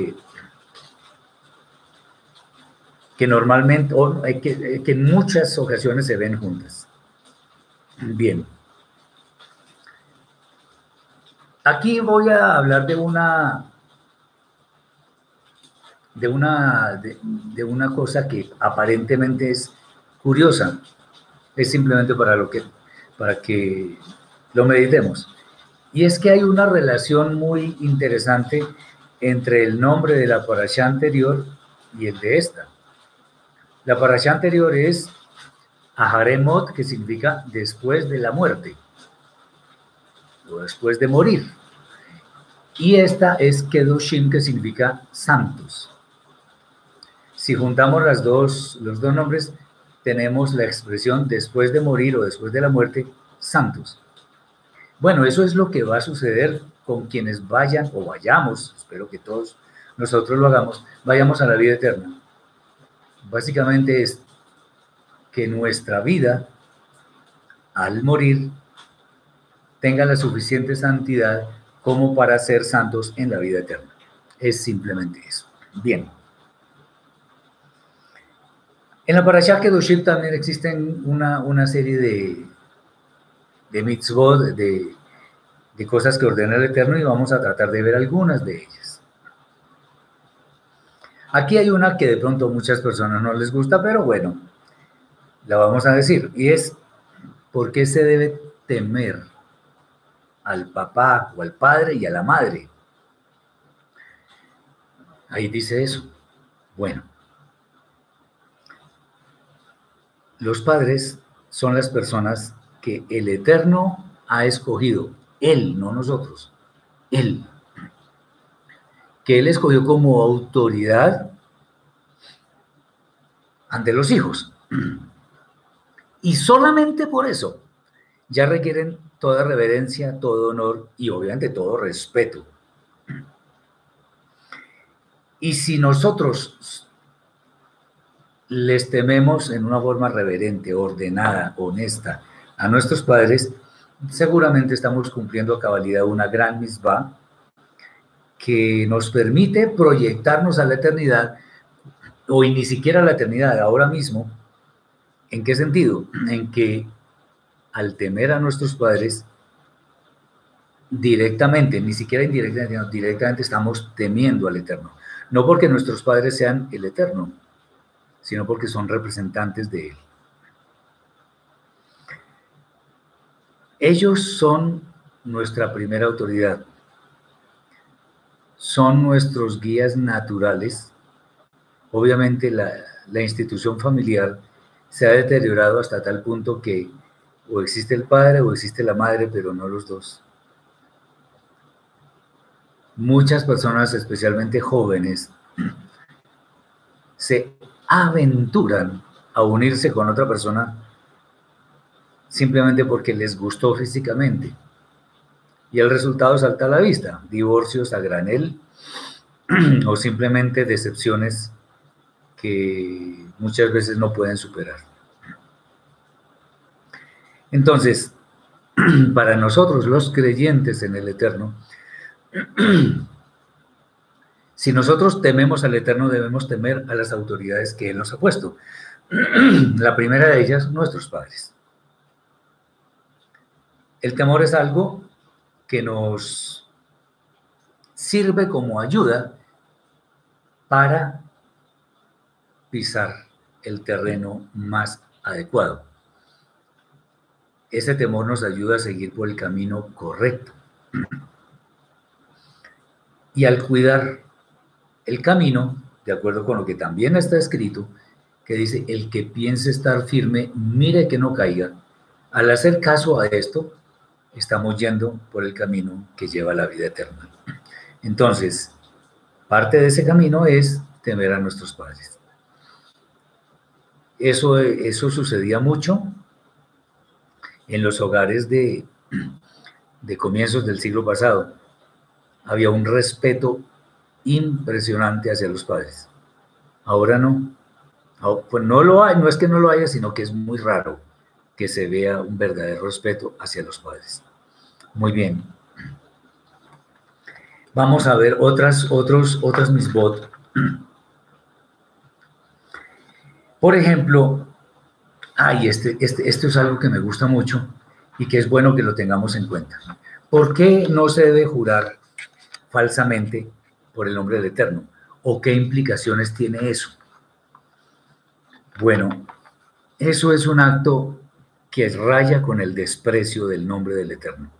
que normalmente, o que en muchas ocasiones se ven juntas. Bien. Aquí voy a hablar de una cosa que aparentemente es curiosa. Es simplemente para que lo meditemos. Y es que hay una relación muy interesante entre el nombre de la parashá anterior y el de esta. La parashá anterior es Aharemot, que significa después de la muerte, o después de morir. Y esta es Kedoshim, que significa santos. Si juntamos los dos nombres, tenemos la expresión después de morir o después de la muerte, santos. Bueno, eso es lo que va a suceder con quienes vayan o vayamos, espero que todos nosotros lo hagamos, vayamos a la vida eterna. Básicamente es que nuestra vida, al morir, tenga la suficiente santidad como para ser santos en la vida eterna. Es simplemente eso. Bien. En la Parashá Kedoshim también existen una serie de mitzvot, de cosas que ordena el Eterno, y vamos a tratar de ver algunas de ellas. Aquí hay una que de pronto a muchas personas no les gusta, pero bueno, la vamos a decir, y es: ¿por qué se debe temer al papá o al padre y a la madre? Ahí dice eso. Bueno, los padres son las personas que el Eterno ha escogido, Él, no nosotros, Él, que Él escogió como autoridad ante los hijos. Y solamente por eso ya requieren toda reverencia, todo honor y obviamente todo respeto. Y si nosotros les tememos en una forma reverente, ordenada, honesta a nuestros padres, seguramente estamos cumpliendo a cabalidad una gran misbah que nos permite proyectarnos a la eternidad, o ni siquiera a la eternidad, ahora mismo. ¿En qué sentido? En que al temer a nuestros padres, directamente, ni siquiera indirectamente, sino directamente estamos temiendo al Eterno. No porque nuestros padres sean el Eterno, sino porque son representantes de Él. Ellos son nuestra primera autoridad. Son nuestros guías naturales. Obviamente la institución familiar se ha deteriorado hasta tal punto que o existe el padre o existe la madre, pero no los dos. Muchas personas, especialmente jóvenes, se aventuran a unirse con otra persona simplemente porque les gustó físicamente. Y el resultado salta a la vista: divorcios a granel o simplemente decepciones que muchas veces no pueden superar. Entonces, para nosotros los creyentes en el Eterno, si nosotros tememos al Eterno, debemos temer a las autoridades que Él nos ha puesto. La primera de ellas, nuestros padres. El temor es algo que nos sirve como ayuda para pisar el terreno más adecuado. Ese temor nos ayuda a seguir por el camino correcto. Y al cuidar el camino, de acuerdo con lo que también está escrito, que dice: el que piense estar firme, mire que no caiga. Al hacer caso a esto, estamos yendo por el camino que lleva a la vida eterna. Entonces, parte de ese camino es temer a nuestros padres. Eso sucedía mucho en los hogares de comienzos del siglo pasado. Había un respeto impresionante hacia los padres. Ahora no. Pues no lo hay, no es que no lo haya, sino que es muy raro que se vea un verdadero respeto hacia los padres. Muy bien. Vamos a ver otras misbot. Por ejemplo, esto es algo que me gusta mucho y que es bueno que lo tengamos en cuenta. ¿Por qué no se debe jurar falsamente por el nombre del Eterno? ¿O qué implicaciones tiene eso? Bueno, eso es un acto que raya con el desprecio del nombre del Eterno.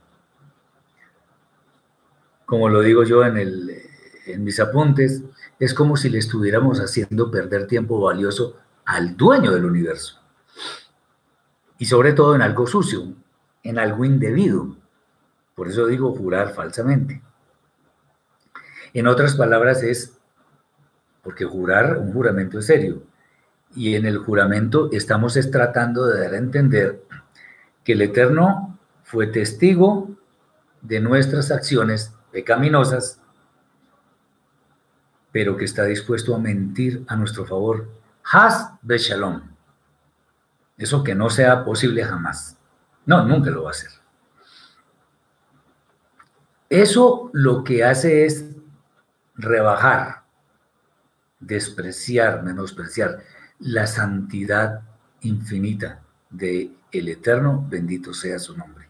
Como lo digo yo en mis apuntes, es como si le estuviéramos haciendo perder tiempo valioso al dueño del universo. Y sobre todo en algo sucio, en algo indebido. Por eso digo jurar falsamente. En otras palabras es, porque jurar, un juramento es serio. Y en el juramento estamos tratando de dar a entender que el Eterno fue testigo de nuestras acciones pecaminosas, pero que está dispuesto a mentir a nuestro favor. Haz de Shalom. Eso que no sea posible jamás. No, nunca lo va a hacer. Eso lo que hace es rebajar, despreciar, menospreciar la santidad infinita del Eterno, bendito sea su nombre.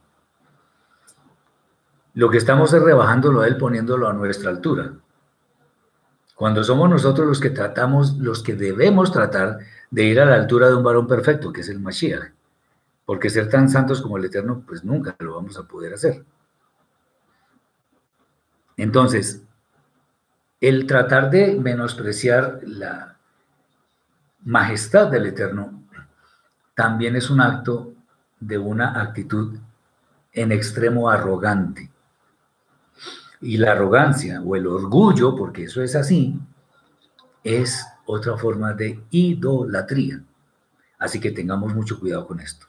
Lo que estamos es rebajándolo a él, poniéndolo a nuestra altura. Cuando somos nosotros los que tratamos, los que debemos tratar de ir a la altura de un varón perfecto, que es el Mashiach. Porque ser tan santos como el Eterno, pues nunca lo vamos a poder hacer. Entonces, el tratar de menospreciar la majestad del Eterno también es un acto de una actitud en extremo arrogante. Y la arrogancia o el orgullo, porque eso es así, es otra forma de idolatría. Así que tengamos mucho cuidado con esto.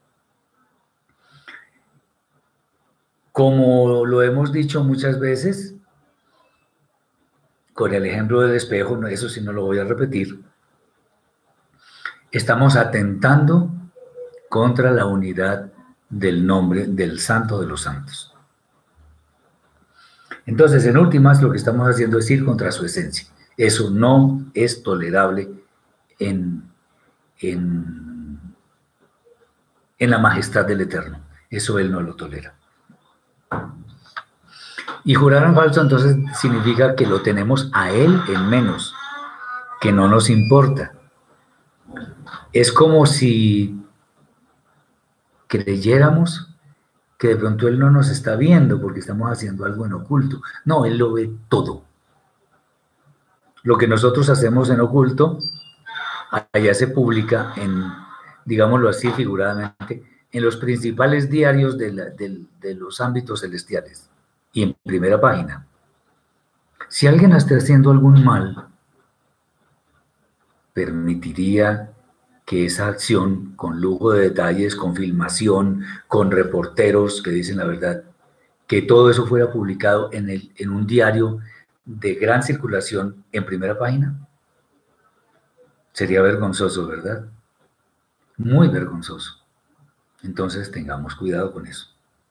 Como lo hemos dicho muchas veces, con el ejemplo del espejo, eso sí no lo voy a repetir, estamos atentando contra la unidad del nombre del Santo de los Santos. Entonces, en últimas, lo que estamos haciendo es ir contra su esencia. Eso no es tolerable en la majestad del Eterno. Eso Él no lo tolera. Y jurar en falso entonces significa que lo tenemos a Él en menos, que no nos importa. Es como si creyéramos que de pronto Él no nos está viendo porque estamos haciendo algo en oculto. No, Él lo ve todo. Lo que nosotros hacemos en oculto, allá se publica digámoslo así figuradamente, en los principales diarios de los ámbitos celestiales y en primera página. Si alguien está haciendo algún mal, permitiría que esa acción, con lujo de detalles, con filmación, con reporteros que dicen la verdad, que todo eso fuera publicado en un diario de gran circulación en primera página? Sería vergonzoso, ¿verdad? Muy vergonzoso. Entonces tengamos cuidado con eso.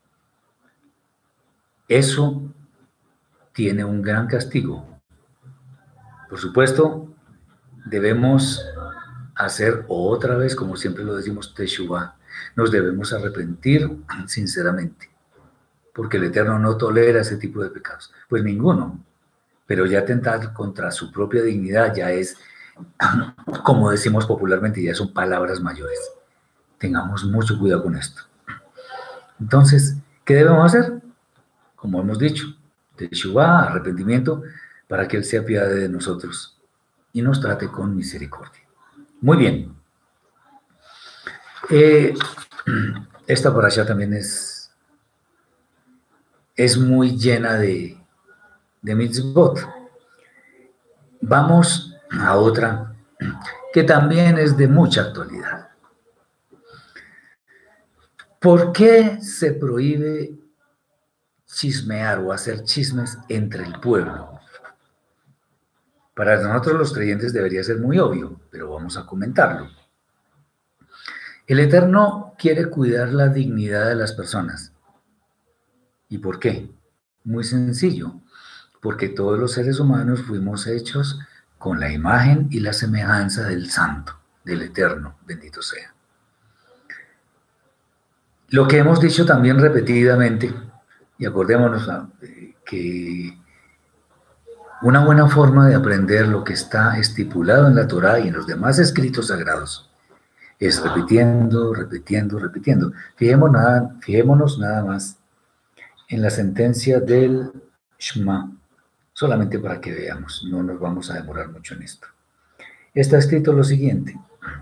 Eso tiene un gran castigo. Por supuesto, debemos hacer otra vez, como siempre lo decimos, Teshuvah. Nos debemos arrepentir sinceramente, porque el Eterno no tolera ese tipo de pecados. Pues ninguno. Pero ya atentar contra su propia dignidad ya es, como decimos popularmente, ya son palabras mayores. Tengamos mucho cuidado con esto. Entonces, ¿qué debemos hacer? Como hemos dicho, Teshuvah, arrepentimiento, para que Él se apiade de nosotros y nos trate con misericordia. Muy bien. Esta parasha también es muy llena de mitzvot. Vamos a otra que también es de mucha actualidad. ¿Por qué se prohíbe chismear o hacer chismes entre el pueblo? Para nosotros los creyentes debería ser muy obvio, pero vamos a comentarlo. El Eterno quiere cuidar la dignidad de las personas. ¿Y por qué? Muy sencillo, porque todos los seres humanos fuimos hechos con la imagen y la semejanza del Santo, del Eterno, bendito sea. Lo que hemos dicho también repetidamente, y acordémonos que una buena forma de aprender lo que está estipulado en la Torá y en los demás escritos sagrados es repitiendo, repitiendo, repitiendo. Fijémonos nada más en la sentencia del Shema, solamente para que veamos, no nos vamos a demorar mucho en esto. Está escrito lo siguiente: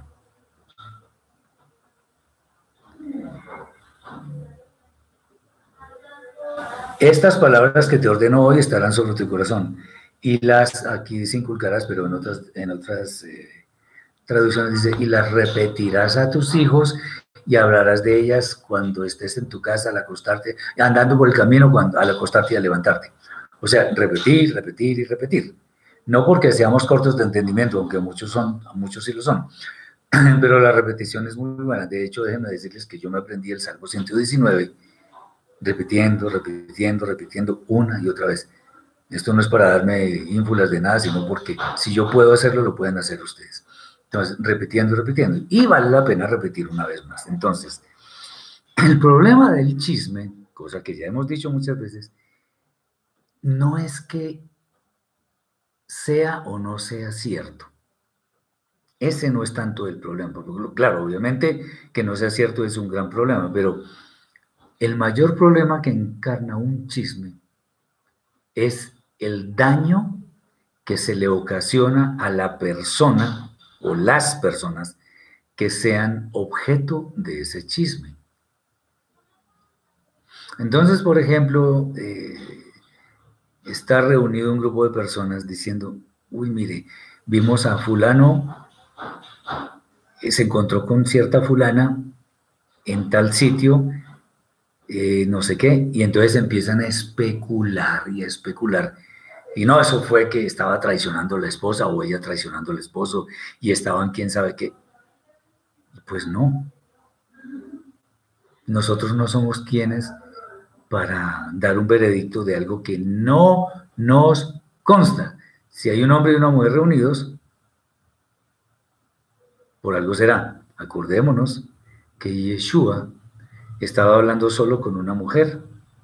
estas palabras que te ordeno hoy estarán sobre tu corazón, y las, aquí dice inculcarás, pero en otras traducciones dice, y las repetirás a tus hijos y hablarás de ellas cuando estés en tu casa al acostarte, andando por el camino al acostarte y al levantarte. O sea, repetir, repetir y repetir. No porque seamos cortos de entendimiento, aunque muchos sí lo son, pero la repetición es muy buena. De hecho, déjenme decirles que yo me aprendí el Salmo 119 repitiendo, repitiendo, repitiendo una y otra vez. Esto no es para darme ínfulas de nada, sino porque si yo puedo hacerlo, lo pueden hacer ustedes. Entonces, repitiendo, repitiendo. Y vale la pena repetir una vez más. Entonces, el problema del chisme, cosa que ya hemos dicho muchas veces, no es que sea o no sea cierto. Ese no es tanto el problema. Porque, claro, obviamente que no sea cierto es un gran problema, pero el mayor problema que encarna un chisme es el daño que se le ocasiona a la persona o las personas que sean objeto de ese chisme. Entonces, por ejemplo, está reunido un grupo de personas diciendo, uy, mire, vimos a fulano, se encontró con cierta fulana en tal sitio, no sé qué, y entonces empiezan a especular y a especular. Y no, eso fue que estaba traicionando a la esposa o ella traicionando al esposo y estaban quién sabe qué. Pues no, nosotros no somos quienes para dar un veredicto de algo que no nos consta. Si hay un hombre y una mujer reunidos, por algo será. Acordémonos que Yeshua estaba hablando solo con una mujer.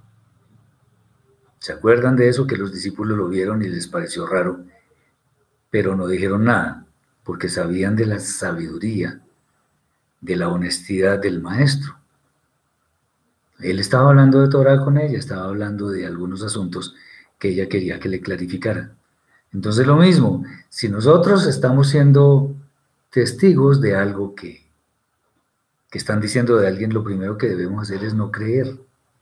¿Se acuerdan de eso? Que los discípulos lo vieron y les pareció raro, pero no dijeron nada, porque sabían de la sabiduría, de la honestidad del maestro. Él estaba hablando de Torah con ella, estaba hablando de algunos asuntos que ella quería que le clarificara. Entonces lo mismo, si nosotros estamos siendo testigos de algo que están diciendo de alguien, lo primero que debemos hacer es no creer.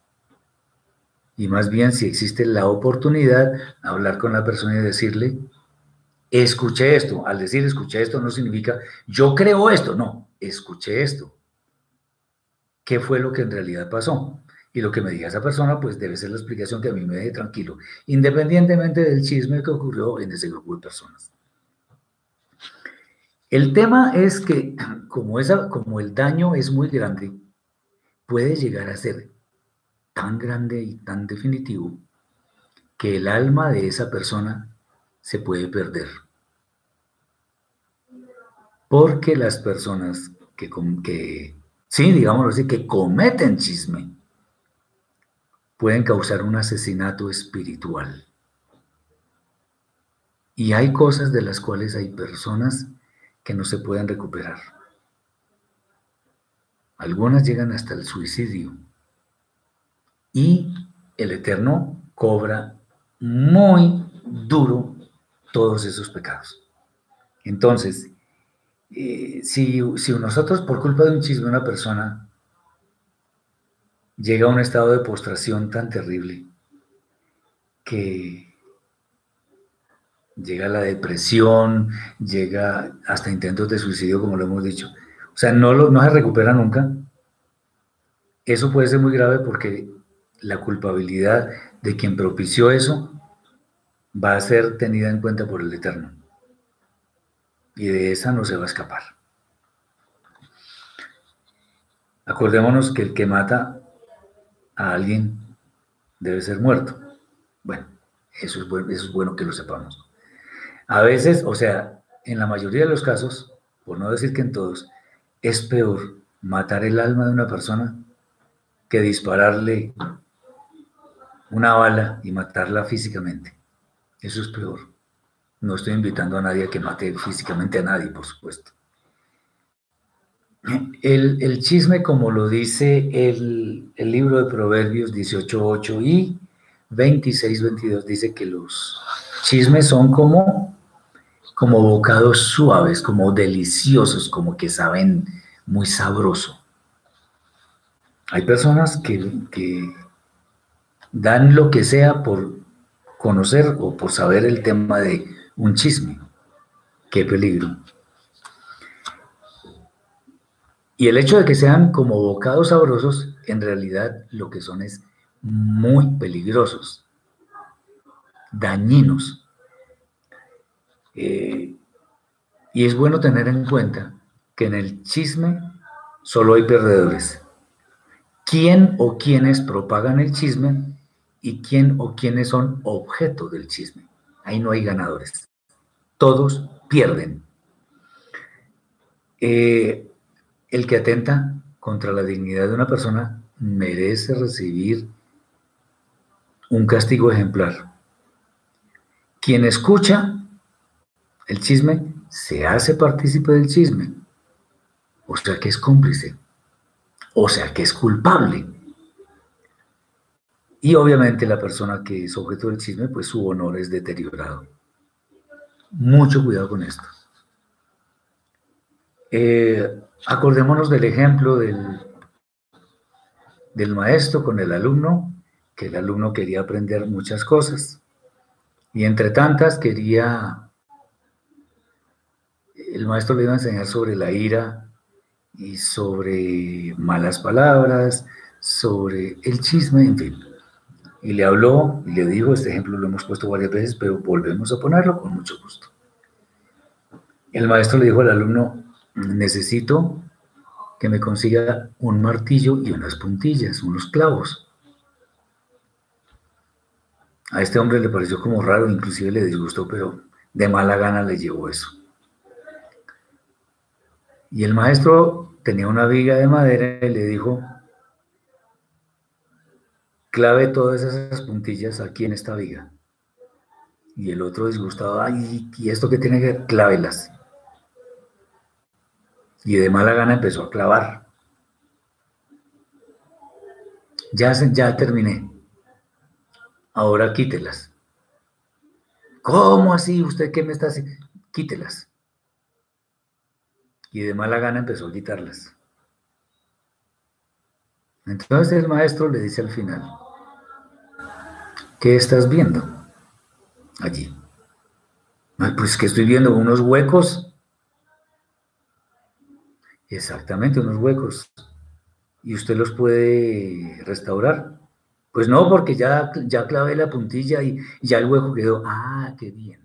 Y más bien, si existe la oportunidad, hablar con la persona y decirle, escuché esto. Al decir escuché esto no significa yo creo esto, no, escuché esto. ¿Qué fue lo que en realidad pasó? Y lo que me diga esa persona, pues debe ser la explicación que a mí me deje tranquilo, independientemente del chisme que ocurrió en ese grupo de personas. El tema es que, como el daño es muy grande, puede llegar a ser tan grande y tan definitivo que el alma de esa persona se puede perder. Porque las personas sí, digámoslo así, que cometen chisme, pueden causar un asesinato espiritual. Y hay cosas de las cuales hay personas que no se pueden recuperar. Algunas llegan hasta el suicidio. Y el Eterno cobra muy duro todos esos pecados. Entonces, si nosotros por culpa de un chisme una persona llega a un estado de postración tan terrible que llega a la depresión, llega hasta intentos de suicidio, como lo hemos dicho, o sea, no se recupera nunca, eso puede ser muy grave porque la culpabilidad de quien propició eso va a ser tenida en cuenta por el Eterno. y de esa no se va a escapar. Acordémonos que el que mata a alguien debe ser muerto. Bueno, eso es bueno que lo sepamos. A veces, o sea, en la mayoría de los casos, por no decir que en todos, es peor matar el alma de una persona que dispararle una bala y matarla físicamente. Eso es peor. No estoy invitando a nadie a que mate físicamente a nadie, por supuesto. El chisme, como lo dice el libro de Proverbios 18:8 y 26:22, dice que los chismes son como bocados suaves, como deliciosos, como que saben muy sabroso. Hay personas que dan lo que sea por conocer o por saber el tema de un chisme. Qué peligro. Y el hecho de que sean como bocados sabrosos, en realidad lo que son es muy peligrosos, dañinos. Y es bueno tener en cuenta que en el chisme solo hay perdedores. ¿Quién o quiénes propagan el chisme y quién o quiénes son objeto del chisme? Ahí no hay ganadores. Todos pierden. El que atenta contra la dignidad de una persona merece recibir un castigo ejemplar. Quien escucha el chisme se hace partícipe del chisme, o sea que es cómplice, o sea que es culpable. Y obviamente la persona que es objeto del chisme, pues su honor es deteriorado. Mucho cuidado con esto. Acordémonos del ejemplo del maestro con el alumno, que el alumno quería aprender muchas cosas. Y entre tantas el maestro le iba a enseñar sobre la ira y sobre malas palabras, sobre el chisme, en fin. Y le habló y le dijo, este ejemplo lo hemos puesto varias veces, pero volvemos a ponerlo con mucho gusto. El maestro le dijo al alumno, necesito que me consiga un martillo y unas puntillas, unos clavos. A este hombre le pareció como raro, inclusive le disgustó, pero de mala gana le llevó eso. Y el maestro tenía una viga de madera y le dijo, clave todas esas puntillas aquí en esta viga. Y el otro disgustado, ay, ¿y esto qué tiene que ver? Clávelas. Y de mala gana empezó a clavar. Ya terminé. Ahora quítelas. ¿Cómo así? ¿Usted qué me está haciendo? Quítelas. Y de mala gana empezó a quitarlas. Entonces el maestro le dice al final, ¿qué estás viendo allí? Ay, pues que estoy viendo unos huecos. Exactamente, unos huecos. ¿Y usted los puede restaurar? Pues no, porque ya clavé la puntilla y ya el hueco quedó. Ah, qué bien.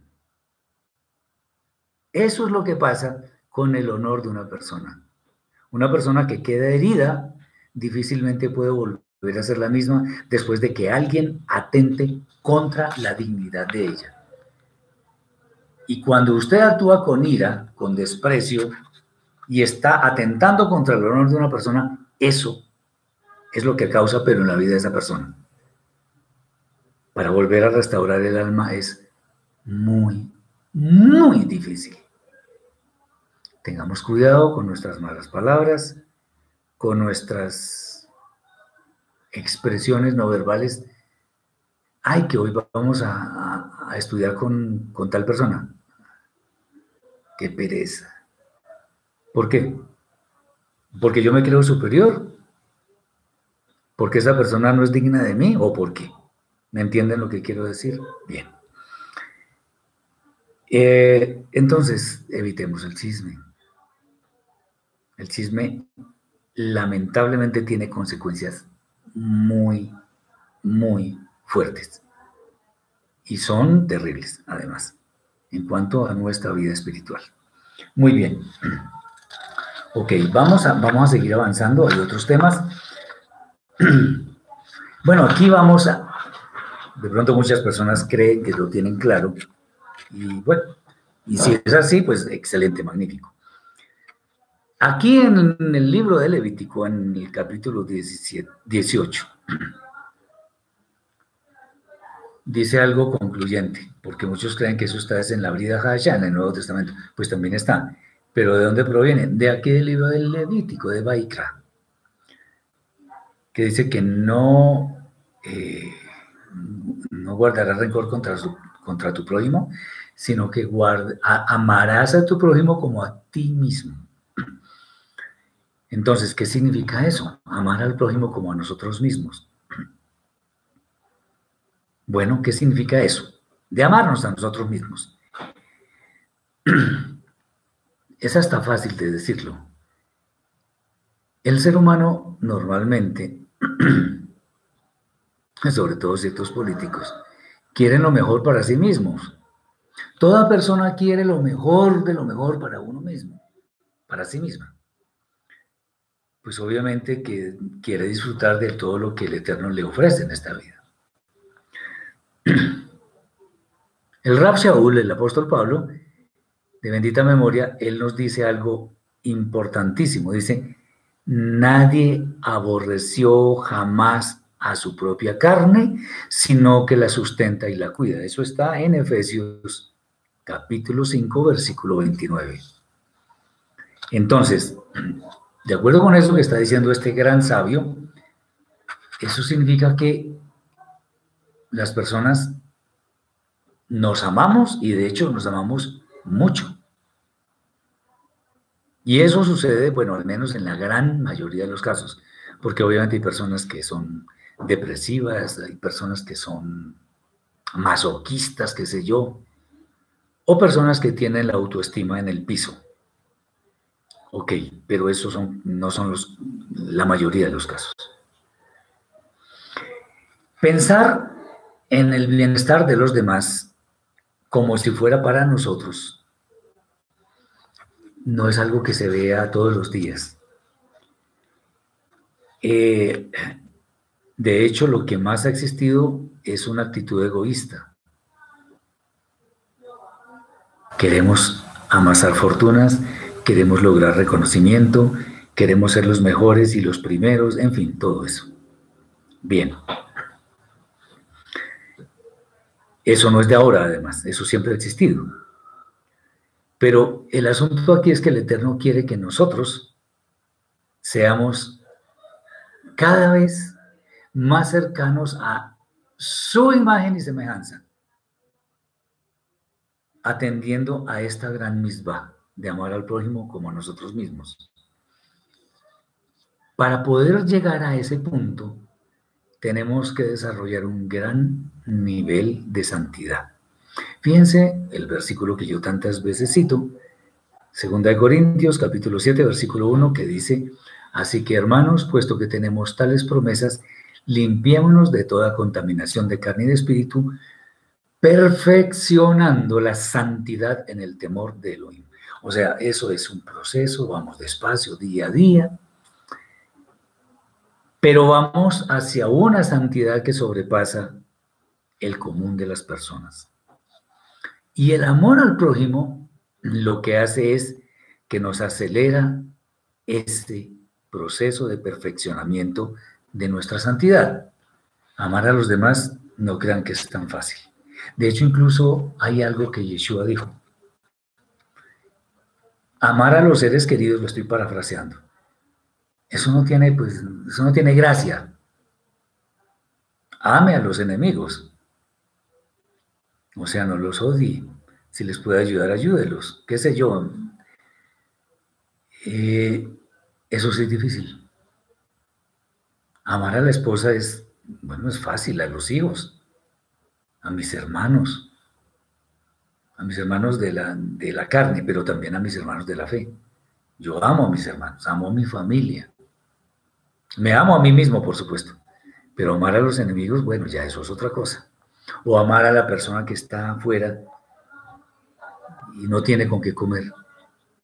Eso es lo que pasa con el honor de una persona. Una persona que queda herida difícilmente puede volver a ser la misma después de que alguien atente contra la dignidad de ella. Y cuando usted actúa con ira, con desprecio, y está atentando contra el honor de una persona, eso es lo que causa pero en la vida de esa persona. Para volver a restaurar el alma es muy, muy difícil. Tengamos cuidado con nuestras malas palabras, con nuestras expresiones no verbales. Ay, que hoy vamos a estudiar con tal persona. Qué pereza. ¿Por qué? Porque yo me creo superior. Porque esa persona no es digna de mí o por qué. ¿Me entienden lo que quiero decir? Bien. Entonces, evitemos el chisme. El chisme lamentablemente tiene consecuencias muy, muy fuertes. Y son terribles, además, en cuanto a nuestra vida espiritual. Muy bien. Ok, vamos a seguir avanzando. Hay otros temas. Bueno, aquí vamos a... De pronto muchas personas creen que lo tienen claro. Y bueno, y si es así, pues excelente, magnífico. Aquí en el libro de Levítico, en el capítulo 18, dice algo concluyente, porque muchos creen que eso está en la Brida Hadashah, en el Nuevo Testamento, pues también está. Pero ¿de dónde proviene? De aquí del libro del Levítico, de Baikra, que dice que no guardarás rencor contra tu prójimo, sino que amarás a tu prójimo como a ti mismo. Entonces, ¿qué significa eso? Amar al prójimo como a nosotros mismos. Bueno, ¿qué significa eso? De amarnos a nosotros mismos. Es hasta fácil de decirlo. El ser humano normalmente, sobre todo ciertos políticos, quieren lo mejor para sí mismos. Toda persona quiere lo mejor de lo mejor para uno mismo, para sí misma. Pues obviamente que quiere disfrutar de todo lo que el Eterno le ofrece en esta vida. El Rab Shaul, el apóstol Pablo, de bendita memoria, él nos dice algo importantísimo. Dice, nadie aborreció jamás a su propia carne, sino que la sustenta y la cuida. Eso está en Efesios capítulo 5, versículo 29. Entonces, de acuerdo con eso que está diciendo este gran sabio, eso significa que las personas nos amamos y de hecho nos amamos mucho. Y eso sucede, bueno, al menos en la gran mayoría de los casos, porque obviamente hay personas que son depresivas, hay personas que son masoquistas, qué sé yo, o personas que tienen la autoestima en el piso. Ok, pero esos no son la mayoría de los casos. Pensar en el bienestar de los demás como si fuera para nosotros no es algo que se vea todos los días. De hecho, lo que más ha existido es una actitud egoísta. Queremos amasar fortunas, queremos lograr reconocimiento, queremos ser los mejores y los primeros, en fin, todo eso. Bien. Eso no es de ahora, además, eso siempre ha existido. Pero el asunto aquí es que el Eterno quiere que nosotros seamos cada vez más cercanos a su imagen y semejanza, atendiendo a esta gran misbah de amar al prójimo como a nosotros mismos. Para poder llegar a ese punto, tenemos que desarrollar un gran nivel de santidad. Fíjense el versículo que yo tantas veces cito, 2 Corintios capítulo 7, versículo 1, que dice, así que hermanos, puesto que tenemos tales promesas, limpiémonos de toda contaminación de carne y de espíritu, perfeccionando la santidad en el temor de Elohim. O sea, eso es un proceso, vamos despacio, día a día, pero vamos hacia una santidad que sobrepasa el común de las personas. Y el amor al prójimo lo que hace es que nos acelera este proceso de perfeccionamiento de nuestra santidad. Amar a los demás, no crean que es tan fácil. De hecho, incluso hay algo que Yeshua dijo. Amar a los seres queridos, lo estoy parafraseando. Eso no tiene gracia. Ame a los enemigos. O sea, no los odie. Si les puede ayudar, ayúdelos. ¿Qué sé yo? Eso sí es difícil. Amar a la esposa es fácil, a los hijos, a mis hermanos de la carne, pero también a mis hermanos de la fe. Yo amo a mis hermanos, amo a mi familia. Me amo a mí mismo, por supuesto, pero amar a los enemigos, bueno, ya eso es otra cosa. O amar a la persona que está afuera y no tiene con qué comer.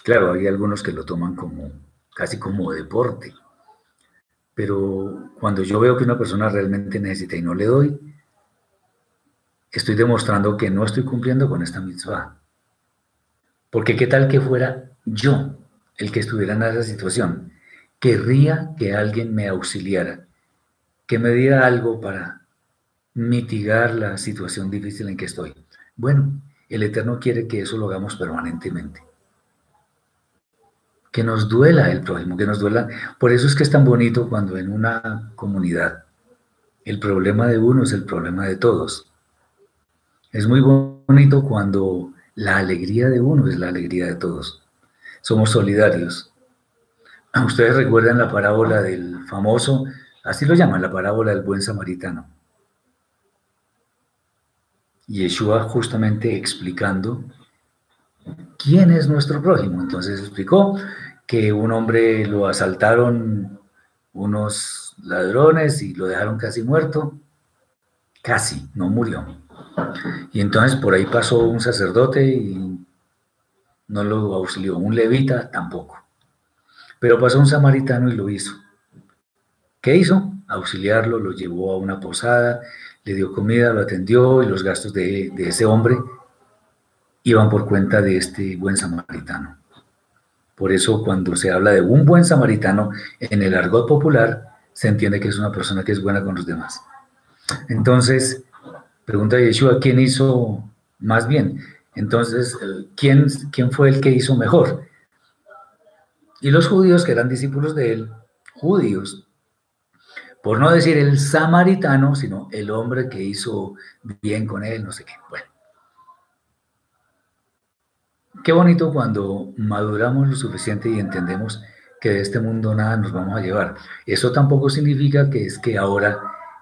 Claro, hay algunos que lo toman como casi como deporte, pero cuando yo veo que una persona realmente necesita y no le doy, estoy demostrando que no estoy cumpliendo con esta mitzvah. Porque qué tal que fuera yo el que estuviera en esa situación. Querría que alguien me auxiliara, que me diera algo para mitigar la situación difícil en que estoy. Bueno, el Eterno quiere que eso lo hagamos permanentemente. Que nos duela el prójimo, que nos duela. Por eso es que es tan bonito cuando en una comunidad el problema de uno es el problema de todos. Es muy bonito cuando la alegría de uno es la alegría de todos. Somos solidarios. Ustedes recuerdan la parábola del famoso, así lo llaman, la parábola del buen samaritano. Yeshua justamente explicando quién es nuestro prójimo. Entonces explicó que un hombre lo asaltaron unos ladrones y lo dejaron casi muerto. Casi, no murió. Y entonces por ahí pasó un sacerdote y no lo auxilió. Un levita tampoco. Pero pasó un samaritano y lo hizo. ¿Qué hizo? Auxiliarlo, lo llevó a una posada, le dio comida, lo atendió y los gastos de ese hombre iban por cuenta de este buen samaritano. Por eso cuando se habla de un buen samaritano en el argot popular, se entiende que es una persona que es buena con los demás. Entonces, pregunta Yeshua, ¿quién hizo más bien? Entonces, ¿quién fue el que hizo mejor? Y los judíos, que eran discípulos de él, judíos, por no decir el samaritano, sino el hombre que hizo bien con él, no sé qué. Bueno, qué bonito cuando maduramos lo suficiente y entendemos que de este mundo nada nos vamos a llevar. Eso tampoco significa que es que ahora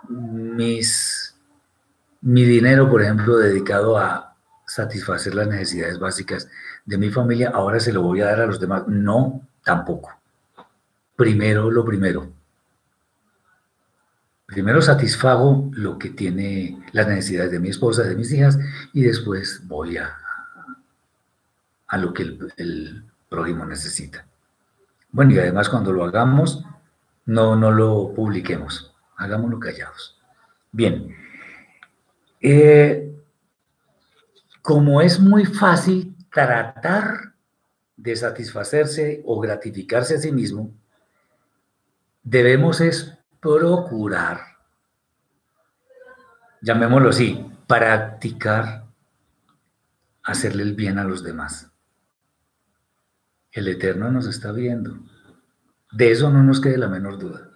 mi dinero, por ejemplo, dedicado a satisfacer las necesidades básicas de mi familia, ahora se lo voy a dar a los demás. No, tampoco. Primero lo primero. Primero satisfago lo que tiene las necesidades de mi esposa, de mis hijas, y después voy a lo que el prójimo necesita. Bueno, y además cuando lo hagamos, no lo publiquemos, hagámoslo callados. Bien, como es muy fácil tratar de satisfacerse o gratificarse a sí mismo, debemos es procurar, llamémoslo así, practicar hacerle el bien a los demás. El Eterno nos está viendo. De eso no nos quede la menor duda.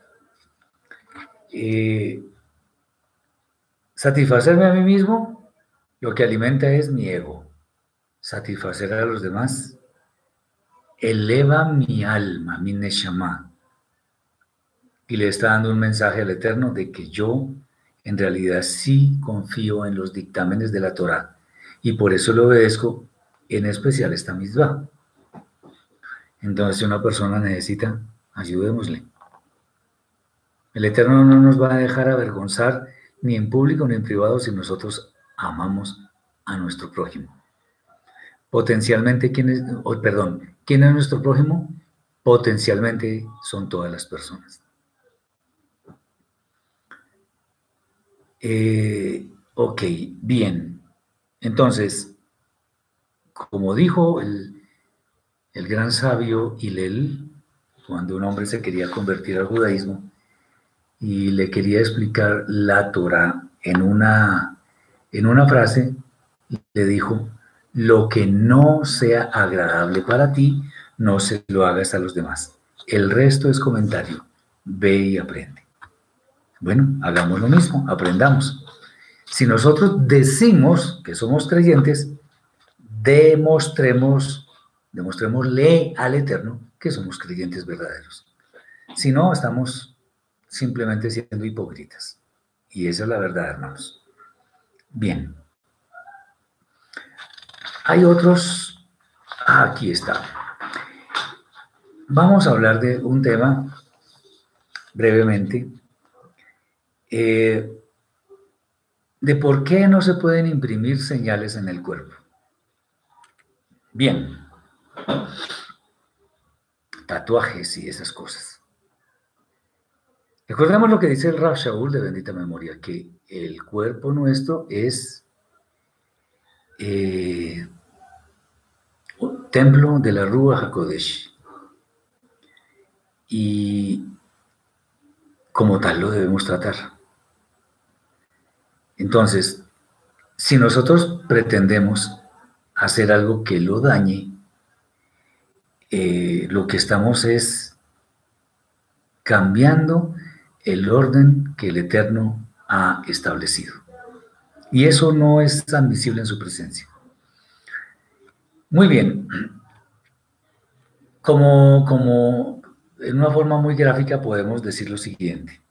Satisfacerme a mí mismo, lo que alimenta es mi ego. Satisfacer a los demás eleva mi alma, mi neshama, y le está dando un mensaje al Eterno de que yo en realidad sí confío en los dictámenes de la Torá y por eso le obedezco, en especial esta mitzvah. Entonces, si una persona necesita, ayudémosle. El Eterno no nos va a dejar avergonzar ni en público ni en privado si nosotros amamos a nuestro prójimo. Potencialmente, ¿quién es nuestro prójimo? Potencialmente son todas las personas. Ok, bien. Entonces, como dijo el gran sabio Hillel, cuando un hombre se quería convertir al judaísmo y le quería explicar la Torá en una frase, le dijo, lo que no sea agradable para ti, no se lo hagas a los demás. El resto es comentario. Ve y aprende. Bueno, hagamos lo mismo, aprendamos. Si nosotros decimos que somos creyentes, demostrémosle al Eterno que somos creyentes verdaderos. Si no, estamos simplemente siendo hipócritas. Y esa es la verdad, hermanos. Bien. Hay otros... aquí está. Vamos a hablar de un tema brevemente de por qué no se pueden imprimir señales en el cuerpo. Bien. tatuajes y esas cosas. Recordemos lo que dice el Rav Shaul de bendita memoria, que el cuerpo nuestro es templo de la Ruach HaKodesh y como tal lo debemos tratar. Entonces, si nosotros pretendemos hacer algo que lo dañe, lo que estamos es cambiando el orden que el Eterno ha establecido. Y eso no es admisible en su presencia. Muy bien. Como en una forma muy gráfica podemos decir lo siguiente.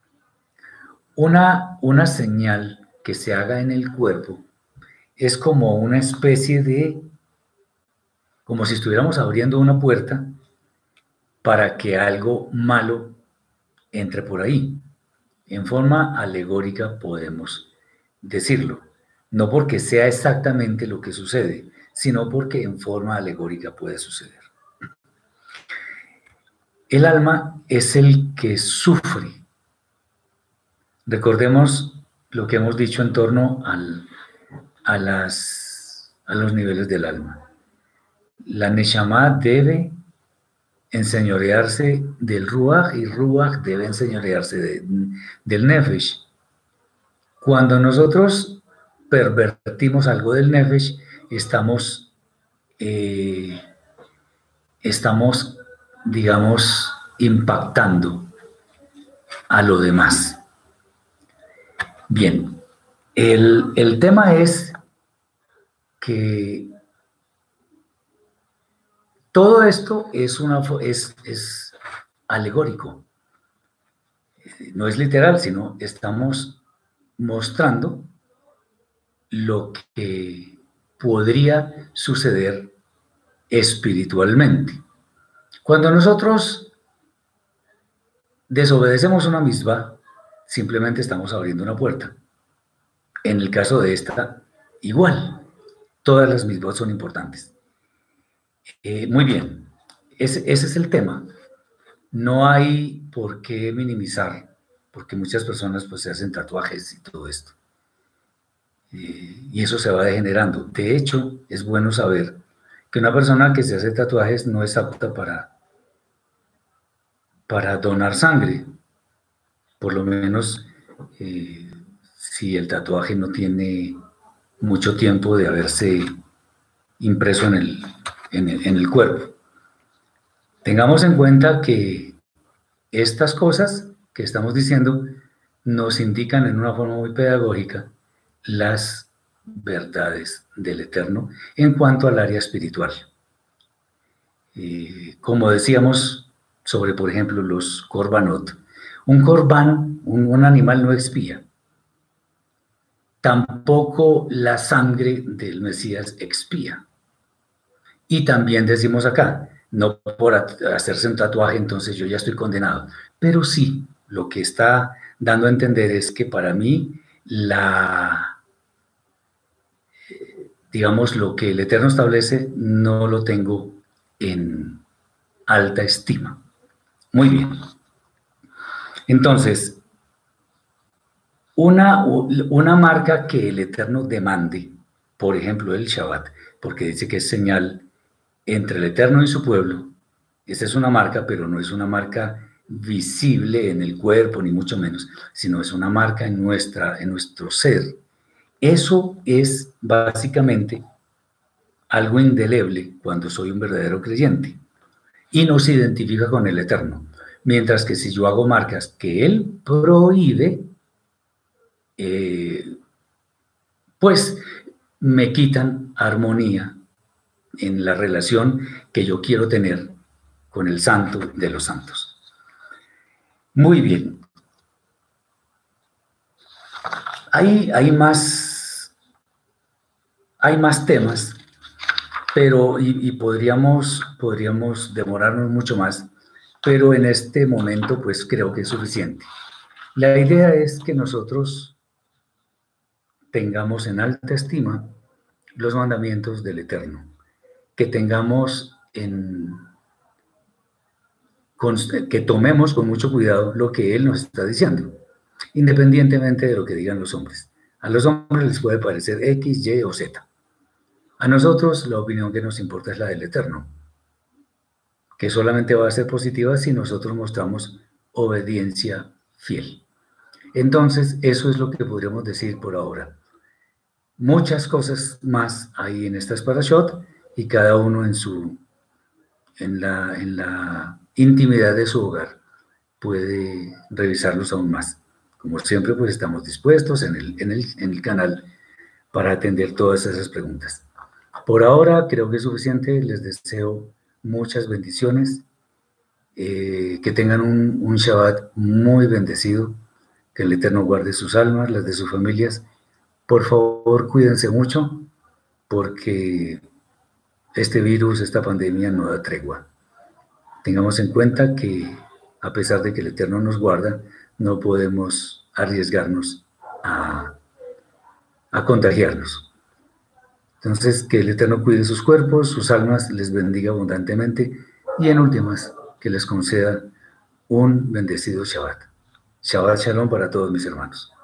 Una señal que se haga en el cuerpo es como una especie de, como si estuviéramos abriendo una puerta para que algo malo entre por ahí. En forma alegórica podemos decirlo, no porque sea exactamente lo que sucede, sino porque en forma alegórica puede suceder. El alma es el que sufre. Recordemos lo que hemos dicho en torno a los niveles del alma. La Neshama debe enseñorearse del Ruach y Ruach debe enseñorearse del Nefesh. Cuando nosotros pervertimos algo del Nefesh, estamos, digamos, impactando a lo demás. Bien, el tema es que todo esto es alegórico, no es literal, sino estamos mostrando lo que podría suceder espiritualmente. Cuando nosotros desobedecemos una misbah, simplemente estamos abriendo una puerta. En el caso de esta, igual, todas las misbahs son importantes. Muy bien, ese es el tema. No hay por qué minimizar, porque muchas personas pues se hacen tatuajes y todo esto. Y eso se va degenerando. De hecho, es bueno saber que una persona que se hace tatuajes no es apta para donar sangre. Por lo menos si el tatuaje no tiene mucho tiempo de haberse impreso en el cuerpo. Tengamos en cuenta que estas cosas que estamos diciendo nos indican en una forma muy pedagógica las verdades del Eterno en cuanto al área espiritual. Como decíamos sobre, por ejemplo, los korbanot, un corbán, un animal no expía. Tampoco la sangre del Mesías expía. Y también decimos acá, no por hacerse un tatuaje, entonces yo ya estoy condenado. Pero sí, lo que está dando a entender es que para mí, digamos, lo que el Eterno establece, no lo tengo en alta estima. Muy bien. Entonces, una marca que el Eterno demande, por ejemplo, el Shabbat, porque dice que es señal entre el Eterno y su pueblo, esa es una marca, pero no es una marca visible en el cuerpo, ni mucho menos, sino es una marca en nuestro ser. Eso es básicamente algo indeleble cuando soy un verdadero creyente y nos identifica con el Eterno. Mientras que si yo hago marcas que Él prohíbe, pues me quitan armonía en la relación que yo quiero tener con el santo de los santos. Muy bien. Hay más temas, pero podríamos demorarnos mucho más, pero en este momento pues creo que es suficiente. La idea es que nosotros tengamos en alta estima los mandamientos del Eterno, que tengamos en que tomemos con mucho cuidado lo que Él nos está diciendo, independientemente de lo que digan los hombres. A los hombres les puede parecer X, Y o Z. A nosotros la opinión que nos importa es la del Eterno, que solamente va a ser positiva si nosotros mostramos obediencia fiel. Entonces, eso es lo que podríamos decir por ahora. Muchas cosas más hay en estas parashot y cada uno en la intimidad de su hogar puede revisarlos aún más. Como siempre, pues estamos dispuestos en el canal para atender todas esas preguntas. Por ahora creo que es suficiente. Les deseo muchas bendiciones, que tengan un Shabbat muy bendecido, que el Eterno guarde sus almas, las de sus familias. Por favor, cuídense mucho, porque este virus, esta pandemia no da tregua. Tengamos en cuenta que, a pesar de que el Eterno nos guarda, no podemos arriesgarnos a contagiarnos. Entonces, que el Eterno cuide sus cuerpos, sus almas, les bendiga abundantemente y, en últimas, que les conceda un bendecido Shabbat. Shabbat Shalom para todos mis hermanos.